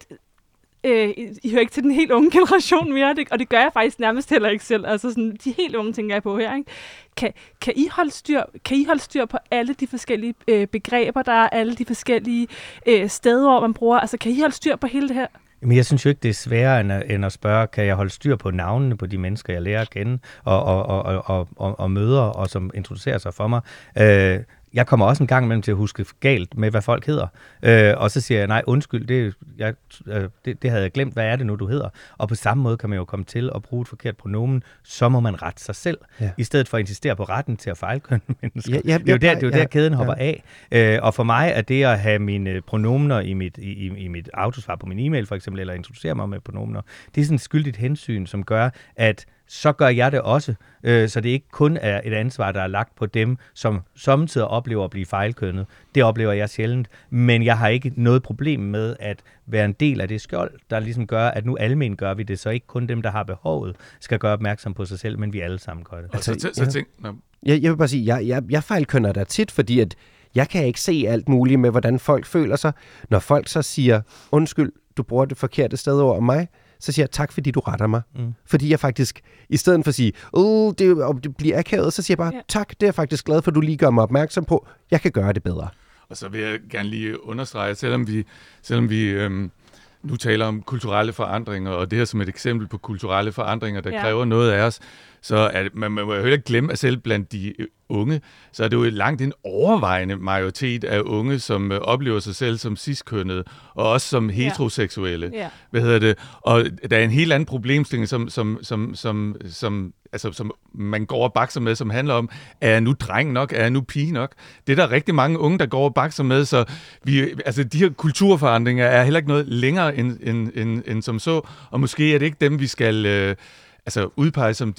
Speaker 2: I hører ikke til den helt unge generation mere, og det gør jeg faktisk nærmest heller ikke selv. Altså sådan, de helt unge tænker jeg på her, ikke? Kan I holde styr på alle de forskellige begreber, der er, alle de forskellige steder, hvor man bruger? Altså, kan I holde styr på hele det her?
Speaker 3: Men jeg synes jo ikke, det er sværere end at spørge, kan jeg holde styr på navnene på de mennesker, jeg lærer at kende og møder, og som introducerer sig for mig. Jeg kommer også en gang imellem til at huske galt med, hvad folk hedder. Og så siger jeg, nej, undskyld, det havde jeg glemt. Hvad er det nu, du hedder? Og på samme måde kan man jo komme til at bruge et forkert pronomen, så må man rette sig selv, i stedet for at insistere på retten til at fejlkønne mennesker. Det er jo der kæden hopper af. Og for mig er det at have mine pronomener i mit autosvar på min e-mail, for eksempel, eller introducere mig med pronomener, det er sådan et skyldigt hensyn, som gør, at så gør jeg det også, så det ikke kun er et ansvar, der er lagt på dem, som samtidig oplever at blive fejlkønnet. Det oplever jeg sjældent, men jeg har ikke noget problem med at være en del af det skjold, der ligesom gør, at nu almen gør vi det, så ikke kun dem, der har behovet, skal gøre opmærksom på sig selv, men vi alle sammen gør det.
Speaker 10: Jeg vil bare sige, jeg fejlkønner der tit, fordi at jeg kan ikke se alt muligt med, hvordan folk føler sig. Når folk så siger, undskyld, du bruger det forkerte sted over mig, så siger jeg, tak fordi du retter mig. Fordi jeg faktisk, i stedet for at sige, det bliver akavet, så siger jeg bare, tak, det er jeg faktisk glad for, at du lige gør mig opmærksom på, jeg kan gøre det bedre.
Speaker 13: Og så vil jeg gerne lige understrege, selvom vi nu taler om kulturelle forandringer, og det her som et eksempel på kulturelle forandringer, der kræver noget af os, så er man må jo heller ikke glemme, at selv blandt de unge, så er det jo langt en overvejende majoritet af unge, som oplever sig selv som cis-kønnede, og også som heteroseksuelle. Og der er en helt anden problemstilling, som man går og bakser med, som handler om, er jeg nu dreng nok, er jeg nu pige nok? Det er der rigtig mange unge, der går og bakser med, så de her kulturforandringer er heller ikke noget længere end som så, og måske er det ikke dem, vi skal udpeget som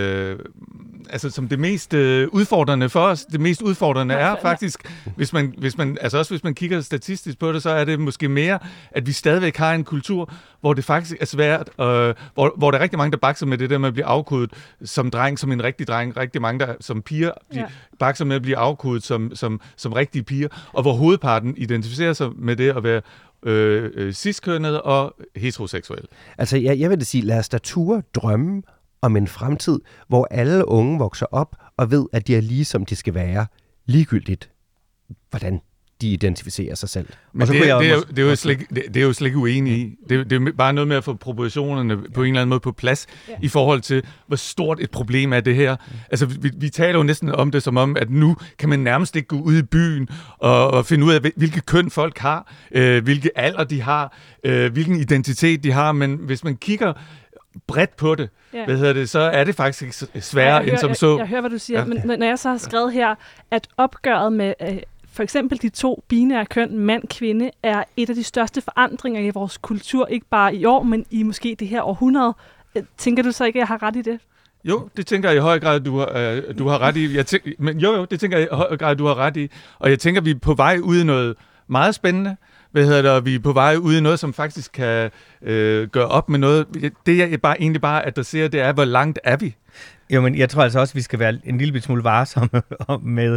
Speaker 13: som det mest udfordrende for os. Det mest udfordrende er faktisk, hvis man kigger statistisk på det, så er det måske mere, at vi stadigvæk har en kultur, hvor det faktisk er svært, hvor der er rigtig mange, der bakser med det der med at blive afkodet som dreng, som en rigtig dreng. Rigtig mange, der som piger bakser med at blive afkodet som rigtige piger, og hvor hovedparten identificerer sig med det at være cis-kønnet og heteroseksuel.
Speaker 10: Altså, jeg vil da sige, lad os da ture drømme om en fremtid, hvor alle unge vokser op og ved, at de er lige som de skal være, ligegyldigt, hvordan de identificerer sig selv.
Speaker 13: Men det er jo slet ikke uenig i. Det er bare noget med at få proportionerne på en eller anden måde på plads i forhold til, hvor stort et problem er det her. Altså, vi taler jo næsten om det som om, at nu kan man nærmest ikke gå ud i byen og finde ud af, hvilke køn folk har, hvilke alder de har, hvilken identitet de har, men hvis man kigger bredt på det, så er det faktisk ikke sværere end som så.
Speaker 2: Jeg hører, hvad du siger, men når jeg så har skrevet her, at opgøret med for eksempel de 2 binære køn, mand-kvinde, er et af de største forandringer i vores kultur, ikke bare i år, men i måske det her århundrede. Tænker du så ikke, at jeg har ret i det?
Speaker 13: Jo, det tænker jeg i høj grad, du har ret i. Det tænker jeg i høj grad, du har ret i. Og jeg tænker, vi er på vej ud i noget meget spændende. Vi er på vej ud i noget, som faktisk kan gøre op med noget. Det, jeg egentlig bare adresserer, det er, hvor langt er vi?
Speaker 3: Jo, men jeg tror altså også, at vi skal være en lille smule varsomme med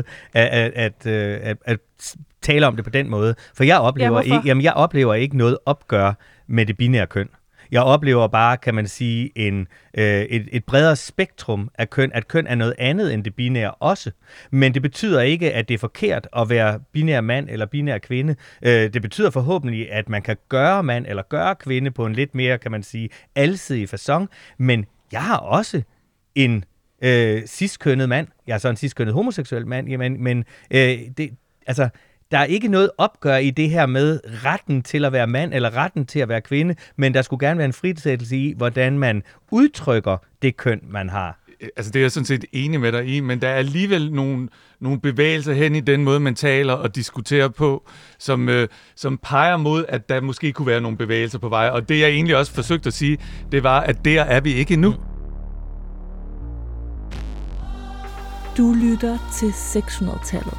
Speaker 3: at tale om det på den måde. For jeg oplever ikke noget opgør med det binære køn. Jeg oplever bare, kan man sige, et bredere spektrum af køn, at køn er noget andet end det binære også. Men det betyder ikke, at det er forkert at være binær mand eller binær kvinde. Det betyder forhåbentlig, at man kan gøre mand eller gøre kvinde på en lidt mere, kan man sige, alsidig facon. Men jeg har også en cis-kønnet mand. Jeg er så en cis-kønnet homoseksuel mand, men der er ikke noget opgør i det her med retten til at være mand eller retten til at være kvinde, men der skulle gerne være en frisættelse i, hvordan man udtrykker det køn, man har.
Speaker 13: Altså, det er jeg sådan set enig med dig i, men der er alligevel nogle bevægelser hen i den måde, man taler og diskuterer på, som peger mod, at der måske kunne være nogle bevægelser på vej. Og det, jeg egentlig også forsøgte at sige, det var, at der er vi ikke endnu.
Speaker 2: Du lytter til 600-tallet.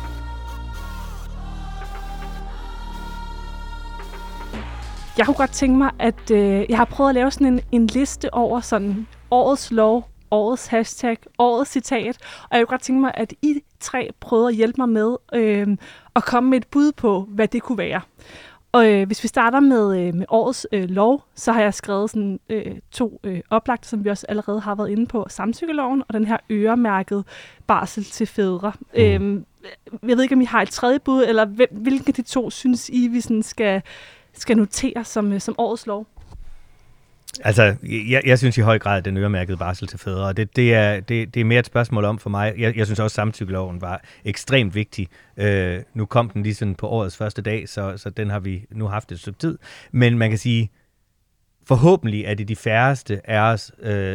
Speaker 2: Jeg kunne godt tænke mig, at jeg har prøvet at lave sådan en liste over sådan årets lov, årets hashtag, årets citat, og jeg kunne godt tænke mig, at I 3 prøvede at hjælpe mig med at komme med et bud på, hvad det kunne være. Og hvis vi starter med årets lov, så har jeg skrevet sådan 2 oplagte, som vi også allerede har været inde på, samtykkeloven og den her øremærket barsel til fædre. Jeg ved ikke, om I har et tredje bud, eller hvilken af de 2 synes I, vi sådan skal notere som årets lov?
Speaker 3: Altså, jeg synes i høj grad, at den øremærkede barsel til fædre, og det er mere et spørgsmål om for mig. Jeg synes også, at samtykkeloven var ekstremt vigtig. Nu kom den lige sådan på årets første dag, så den har vi nu haft et stykke tid. Men man kan sige, forhåbentlig er det de færreste af os,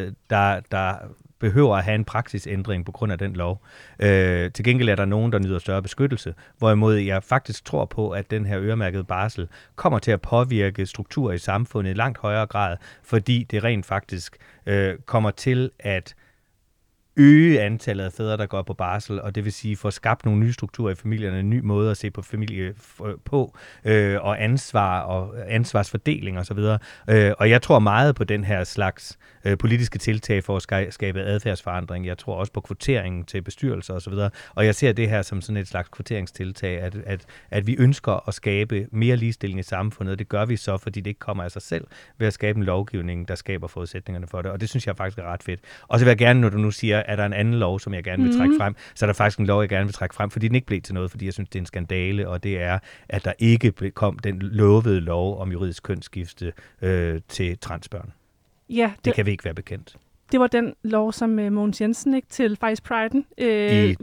Speaker 3: der behøver at have en praksisændring på grund af den lov. Til gengæld er der nogen, der nyder større beskyttelse, hvorimod jeg faktisk tror på, at den her øremærkede barsel kommer til at påvirke strukturer i samfundet i langt højere grad, fordi det rent faktisk kommer til at øge antallet af fædre, der går på barsel, og det vil sige få skabt nogle nye strukturer i familierne, en ny måde at se på familie på, og ansvar og ansvarsfordeling osv. Og jeg tror meget på den her slags politiske tiltag for at skabe adfærdsforandring. Jeg tror også på kvoteringen til bestyrelser osv. Og jeg ser det her som sådan et slags kvoteringstiltag, at vi ønsker at skabe mere ligestilling i samfundet. Det gør vi så, fordi det ikke kommer af sig selv, ved at skabe en lovgivning, der skaber forudsætningerne for det. Og det synes jeg faktisk er ret fedt. Og så vil jeg gerne, når du nu siger, er der en anden lov, som jeg gerne vil trække frem, så er der faktisk en lov, jeg gerne vil trække frem, fordi den ikke blev til noget, fordi jeg synes, det er en skandale, og det er, at der ikke kom den lovede lov om juridisk kønsskifte til transbørn.
Speaker 2: Ja,
Speaker 3: det kan vi ikke være bekendt.
Speaker 2: Det var den lov, som Mogens Jensen ikke til faktisk Pride'en
Speaker 3: i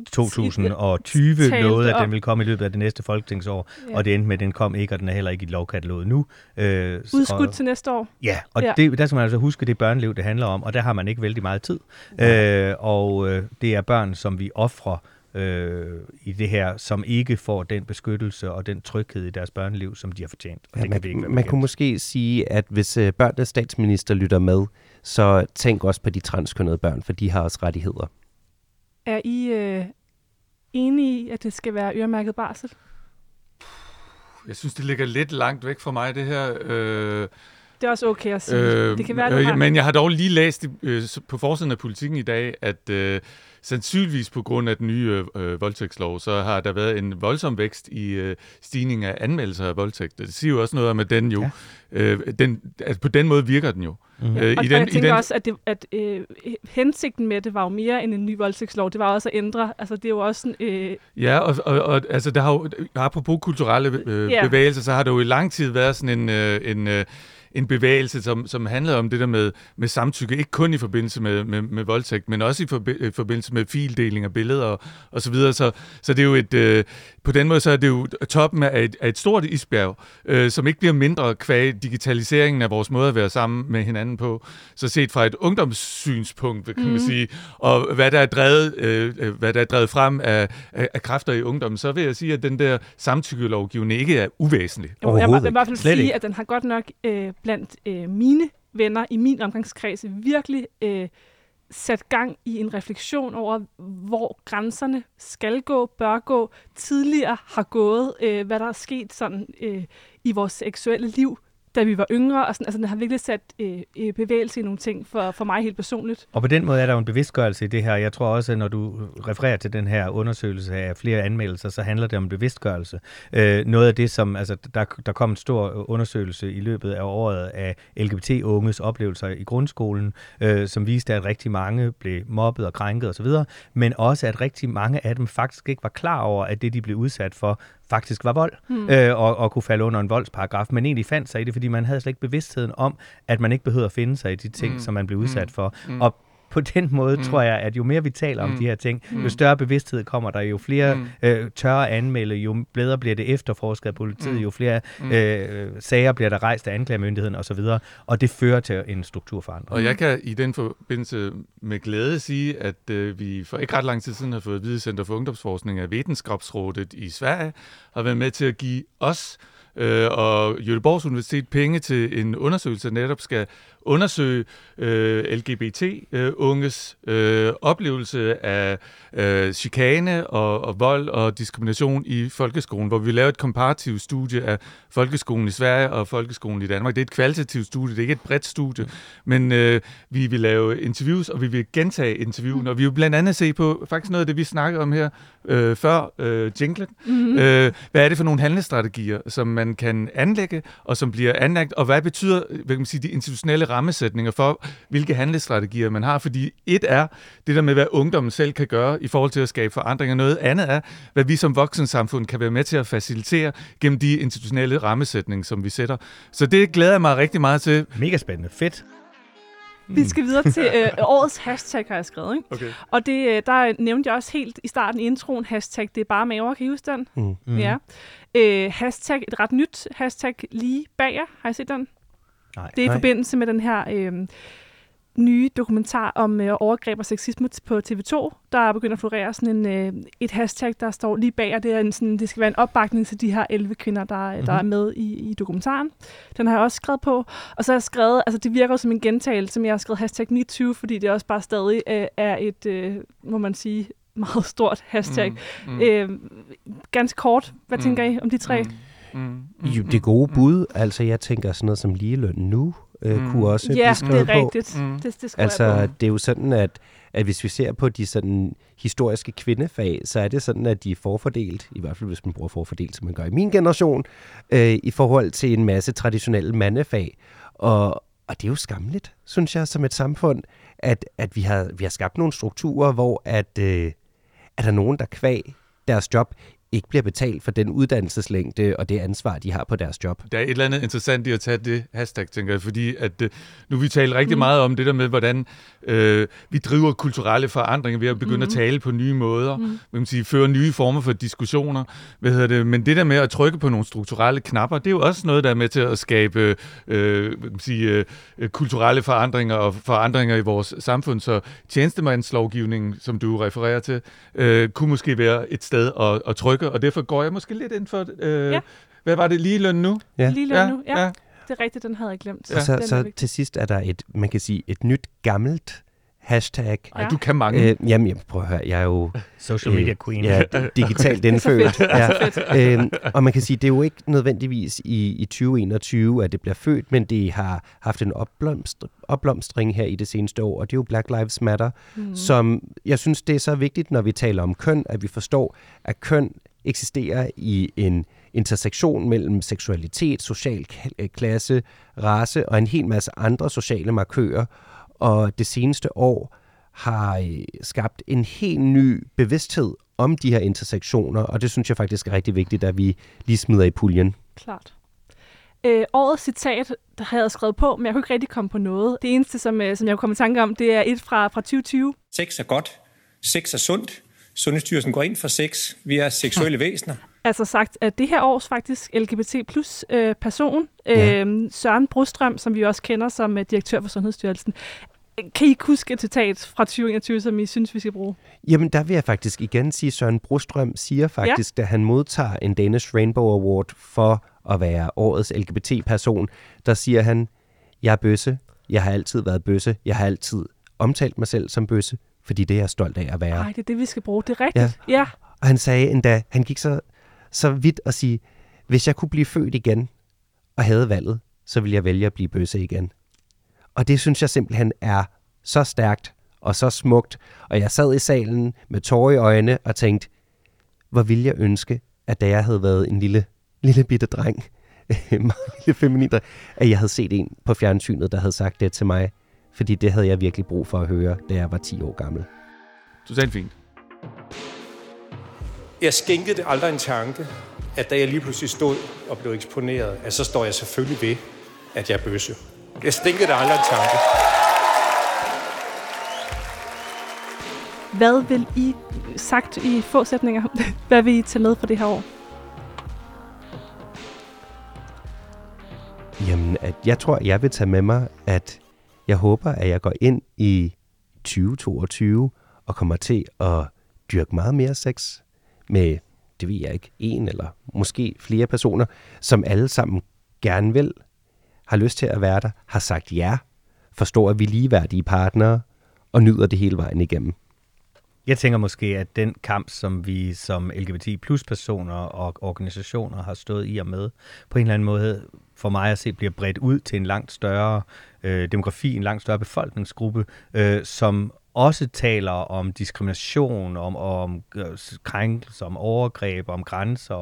Speaker 3: 2020 lovede, at den ville komme i løbet af det næste folketingsår, og det endte med, at den kom ikke, og den er heller ikke i lovkataloget nu.
Speaker 2: Udskudt til næste år.
Speaker 3: Ja, og der skal man altså huske, det børneliv, det handler om, og der har man ikke vældig meget tid. Og det er børn, som vi ofrer i det her, som ikke får den beskyttelse og den tryghed i deres børneliv, som de har fortjent. Og
Speaker 10: Ja,
Speaker 3: det kan vi ikke være
Speaker 10: man kunne måske sige, at hvis børnenes statsminister lytter med, så tænk også på de transkønnede børn, for de har også rettigheder.
Speaker 2: Er I enige i, at det skal være øremærket barsel?
Speaker 13: Jeg synes, det ligger lidt langt væk fra mig, det her.
Speaker 2: Det er også okay at sige. Det kan være,
Speaker 13: men jeg har dog lige læst på forsiden af Politikken i dag, at sandsynligvis på grund af den nye voldtægtslov, så har der været en voldsom vækst i stigning af anmeldelser af voldtægt. Det siger jo også noget om, at den jo, på den måde virker den jo.
Speaker 2: Mm-hmm. Og jeg tænker også, at hensigten med det var jo mere end en ny voldtægtslov. Det var også at ændre. Altså, det er jo også sådan...
Speaker 13: Ja, og altså, der har jo, apropos kulturelle bevægelser, så har der jo i lang tid været sådan en bevægelse, som handlede om det der med samtykke, ikke kun i forbindelse med voldtægt, men også i forbindelse med fildeling af billeder og så videre. Så det er jo på den måde så er det jo toppen af et stort isbjerg, som ikke bliver mindre kvæg digitaliseringen af vores måde at være sammen med hinanden på. Så set fra et ungdomssynspunkt, kan man sige, og hvad der er drevet frem af kræfter i ungdommen, så vil jeg sige, at den der samtykkelovgivning ikke er uvæsentlig.
Speaker 2: Jeg vil i hvert fald sige, at den har godt nok blandt mine venner i min omgangskreds virkelig sat gang i en refleksion over, hvor grænserne skal gå, bør gå, tidligere har gået, hvad der er sket sådan, i vores seksuelle liv, da vi var yngre, og sådan, altså den har virkelig sat bevægelse i nogle ting for mig helt personligt.
Speaker 3: Og på den måde er der jo en bevidstgørelse i det her. Jeg tror også, at når du refererer til den her undersøgelse af flere anmeldelser, så handler det om bevidstgørelse. Noget af det, som, altså der kom en stor undersøgelse i løbet af året af LGBT-unges oplevelser i grundskolen, som viste, at rigtig mange blev mobbet og krænket osv., men også, at rigtig mange af dem faktisk ikke var klar over, at det, de blev udsat for, faktisk var vold, og kunne falde under en voldsparagraf, men egentlig fandt sig i det, fordi man havde slet ikke bevidstheden om, at man ikke behøvede at finde sig i de ting, som man blev udsat for. Og på den måde tror jeg, at jo mere vi taler om de her ting, jo større bevidsthed kommer der, jo flere tør anmelde, jo bedre bliver det efterforsket af politiet, jo flere sager bliver der rejst af anklagemyndigheden osv., og det fører til en strukturforandring.
Speaker 13: Og jeg kan i den forbindelse med glæde sige, at vi for ikke ret lang tid siden har fået Hvide Center for Ungdomsforskning af Vetenskapsrådet i Sverige, har været med til at give os og Göteborgs Universitet penge til en undersøgelse, der netop skal undersøge LGBT-unges oplevelse af chikane og vold og diskrimination i folkeskolen, hvor vi laver et komparativt studie af folkeskolen i Sverige og folkeskolen i Danmark. Det er et kvalitativt studie, det er ikke et bredt studie, men vi vil lave interviews, og vi vil gentage interviewene, og vi vil blandt andet se på faktisk noget af det, vi snakkede om her før jinglen. Hvad er det for nogle handlestrategier, som man kan anlægge, og som bliver anlagt, og hvad betyder, hvad kan man sige, de institutionelle rammesætninger for, hvilke handlestrategier man har, fordi et er det der med, hvad ungdommen selv kan gøre i forhold til at skabe forandringer. Noget andet er, hvad vi som voksensamfund kan være med til at facilitere gennem de institutionelle rammesætninger, som vi sætter. Så det glæder jeg mig rigtig meget til.
Speaker 3: Mega spændende. Fedt.
Speaker 2: Vi skal videre til årets hashtag, har jeg skrevet. Ikke?
Speaker 13: Okay.
Speaker 2: Og det, der nævnte jeg også helt i starten i introen, hashtag det er bare maver, kan I huske den? Ja. Hashtag, et ret nyt hashtag lige bag jer. Har I set den?
Speaker 3: Nej.
Speaker 2: Det er i forbindelse med den her nye dokumentar om overgreb og sexisme på TV2, der er begyndt at florere sådan et hashtag, der står lige bag jer. Det skal være en opbakning til de her 11 kvinder, der er med i dokumentaren. Den har jeg også skrevet på. Og så har jeg skrevet, altså det virker som en gentagelse, som jeg har skrevet hashtag MeToo, fordi det også bare stadig er et, må man sige, meget stort hashtag. Ganske kort, hvad tænker I om de tre?
Speaker 10: Jo, det gode bud, altså jeg tænker sådan noget som ligeløn nu, kunne også blive skrevet på.
Speaker 2: Ja, det er rigtigt. Det
Speaker 10: altså det er jo sådan, at hvis vi ser på de sådan historiske kvindefag, så er det sådan, at de er forfordelt, i hvert fald hvis man bruger forfordelt, som man gør i min generation, i forhold til en masse traditionelle mandefag. Og det er jo skamligt, synes jeg, som et samfund, at vi har skabt nogle strukturer, hvor at der er nogen, der kvæg deres job, ikke bliver betalt for den uddannelseslængde og det ansvar, de har på deres job.
Speaker 13: Der er et eller andet interessant i at tage det hashtag, tænker jeg, fordi at nu vi taler rigtig meget om det der med, hvordan vi driver kulturelle forandringer ved at begynde at tale på nye måder, vil man sige, føre nye former for diskussioner. Men det der med at trykke på nogle strukturelle knapper, det er jo også noget, der er med til at skabe kulturelle forandringer og forandringer i vores samfund. Så tjenestemandslovgivningen, som du refererer til, kunne måske være et sted at trykke, og derfor går jeg måske lidt ind for, hvad var det, ligeløn nu?
Speaker 2: Ja. Ligeløn nu, ja. Det er rigtigt, den havde jeg glemt.
Speaker 10: Og så til sidst er der man kan sige, et nyt gammelt hashtag.
Speaker 13: Ej, du kan mange.
Speaker 10: Jamen, prøv at høre, jeg er jo...
Speaker 3: Social media queen.
Speaker 10: Ja, digitalt indfødt. Og man kan sige, det er jo ikke nødvendigvis i 2021, at det bliver født, men det har haft en opblomstring her i det seneste år, og det er jo Black Lives Matter, som jeg synes, det er så vigtigt, når vi taler om køn, at vi forstår, at køn eksisterer i en intersektion mellem seksualitet, social klasse, race og en hel masse andre sociale markører. Og det seneste år har skabt en helt ny bevidsthed om de her intersektioner, og det synes jeg faktisk er rigtig vigtigt, at vi lige smider i puljen.
Speaker 2: Klart. Årets citat, der havde jeg skrevet på, men jeg kunne ikke rigtig komme på noget. Det eneste, som jeg kunne komme i tanke om, det er et fra 2020.
Speaker 14: Sex er godt. Sex er sundt. Sundhedsstyrelsen går ind for sex. Vi er seksuelle væsener.
Speaker 2: Altså sagt, at det her års faktisk LGBT plus person, Søren Brostrøm, som vi også kender som direktør for Sundhedsstyrelsen. Kan I huske et citat fra 2021, som I synes, vi skal bruge?
Speaker 10: Jamen, der vil jeg faktisk igen sige, Søren Brostrøm siger faktisk, da han modtager en Danish Rainbow Award for at være årets LGBT-person, der siger han, jeg er bøsse, jeg har altid været bøsse, jeg har altid omtalt mig selv som bøsse, fordi det er jeg stolt af at være.
Speaker 2: Nej, det er det, vi skal bruge. Det er rigtigt. Ja.
Speaker 10: Og han sagde endda, han gik så vidt at sige, hvis jeg kunne blive født igen og havde valget, så ville jeg vælge at blive bøsse igen. Og det synes jeg simpelthen er så stærkt og så smukt. Og jeg sad i salen med tårer i øjnene og tænkte, hvor ville jeg ønske, at da jeg havde været en lille bitte dreng, meget lille feminin, at jeg havde set en på fjernsynet, der havde sagt det til mig. Fordi det havde jeg virkelig brug for at høre, da jeg var 10 år gammel.
Speaker 13: Totalt fint.
Speaker 14: Jeg skænkede det aldrig en tanke, at da jeg lige pludselig stod og blev eksponeret, at så står jeg selvfølgelig ved, at jeg er bøsse. Jeg skænkede det aldrig en tanke.
Speaker 2: Hvad vil I, sagt i få sætninger, hvad vil I tage med for det her år?
Speaker 10: Jamen, jeg tror, jeg vil tage med mig, at jeg håber, at jeg går ind i 2022 og kommer til at dyrke meget mere sex med, det ved jeg ikke, en eller måske flere personer, som alle sammen gerne vil, har lyst til at være der, har sagt ja, forstår, at vi er ligeværdige partnere og nyder det hele vejen igennem.
Speaker 3: Jeg tænker måske, at den kamp, som vi som LGBT plus personer og organisationer har stået i og med, på en eller anden måde for mig at se, bliver bredt ud til en langt større demografi, en langt større befolkningsgruppe, som også taler om diskrimination, om krænkelser, om overgreb, om grænser,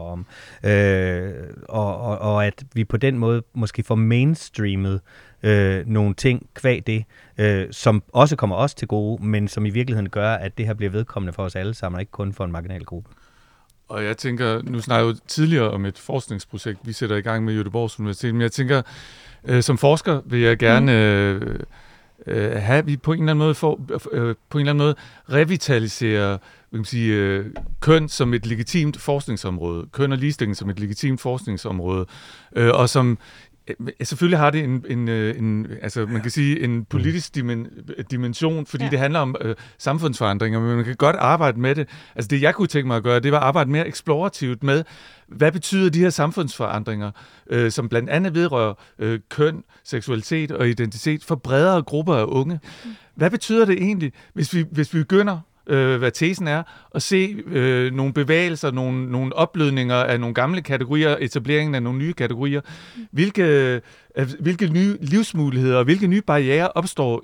Speaker 3: og at vi på den måde måske får mainstreamet nogle ting kvad det, som også kommer os til gode, men som i virkeligheden gør, at det her bliver vedkommende for os alle sammen, og ikke kun for en marginal gruppe.
Speaker 13: Og jeg tænker, nu snakker jeg jo tidligere om et forskningsprojekt, vi sætter i gang med Göteborgs Universitet, men jeg tænker, som forsker vil jeg gerne have, vi på en eller anden måde revitalisere køn som et legitimt forskningsområde, køn og ligestilling som et legitimt forskningsområde, og som selvfølgelig har det altså man kan sige en politisk dimension, fordi det handler om samfundsforandringer, men man kan godt arbejde med det. Altså det, jeg kunne tænke mig at gøre, det var at arbejde mere eksplorativt med, hvad betyder de her samfundsforandringer, som blandt andet vedrører køn, seksualitet og identitet for bredere grupper af unge. Hvad betyder det egentlig, hvis vi begynder, hvad tesen er, at se nogle bevægelser, nogle opblødninger af nogle gamle kategorier, etableringen af nogle nye kategorier. Hvilke nye livsmuligheder og hvilke nye barrierer opstår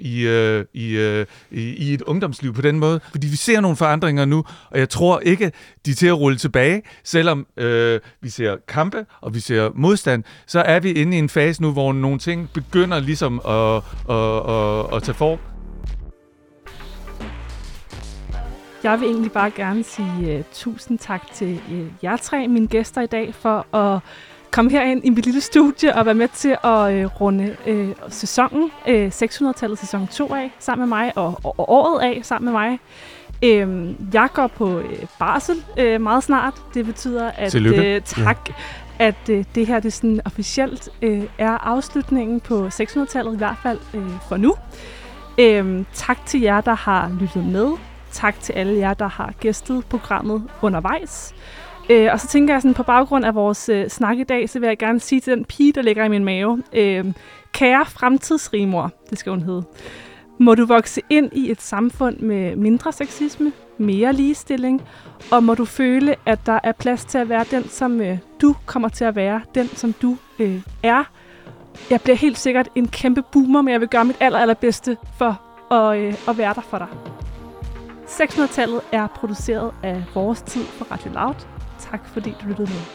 Speaker 13: i et ungdomsliv på den måde? Fordi vi ser nogle forandringer nu, og jeg tror ikke, de er til at rulle tilbage. Selvom vi ser kampe, og vi ser modstand, så er vi inde i en fase nu, hvor nogle ting begynder ligesom at tage form.
Speaker 2: jeg vil egentlig bare gerne sige tusind tak til jer tre, mine gæster i dag, for at komme herind i mit lille studie og være med til at runde sæsonen, 600-tallet sæson 2 af, sammen med mig, og året af, sammen med mig. Jeg går på barsel meget snart. Det betyder, at tak, at det her det sådan officielt er afslutningen på 600-tallet, i hvert fald for nu. Tak til jer, der har lyttet med. Tak til alle jer, der har gæstet programmet undervejs. Og så tænker jeg sådan, på baggrund af vores snak i dag, så vil jeg gerne sige til den pige, der ligger i min mave, kære fremtidsrimor, det skal hun hedde, må du vokse ind i et samfund med mindre sexisme, mere ligestilling, og må du føle, at der er plads til at være den, som du kommer til at være, den, som du er. Jeg bliver helt sikkert en kæmpe boomer, men jeg vil gøre mit allerbedste for at være der for dig. 600-tallet er produceret af Vores Tid på Radio Loud. Tak fordi du lyttede med.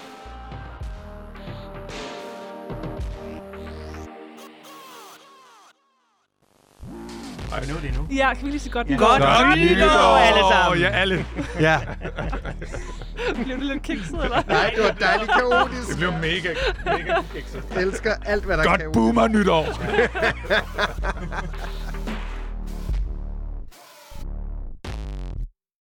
Speaker 3: Ej, nu er det nu.
Speaker 2: Ja, kan vi lige så godt
Speaker 3: nytår? Godt nytår, alle sammen.
Speaker 13: Ja, alle.
Speaker 10: Ja.
Speaker 2: Blev det lidt kikset, eller?
Speaker 15: Nej, det var dejligt kaotisk.
Speaker 13: Det blev mega kikset.
Speaker 15: Jeg elsker alt, hvad der er kaotisk.
Speaker 13: Godt boomer nytår.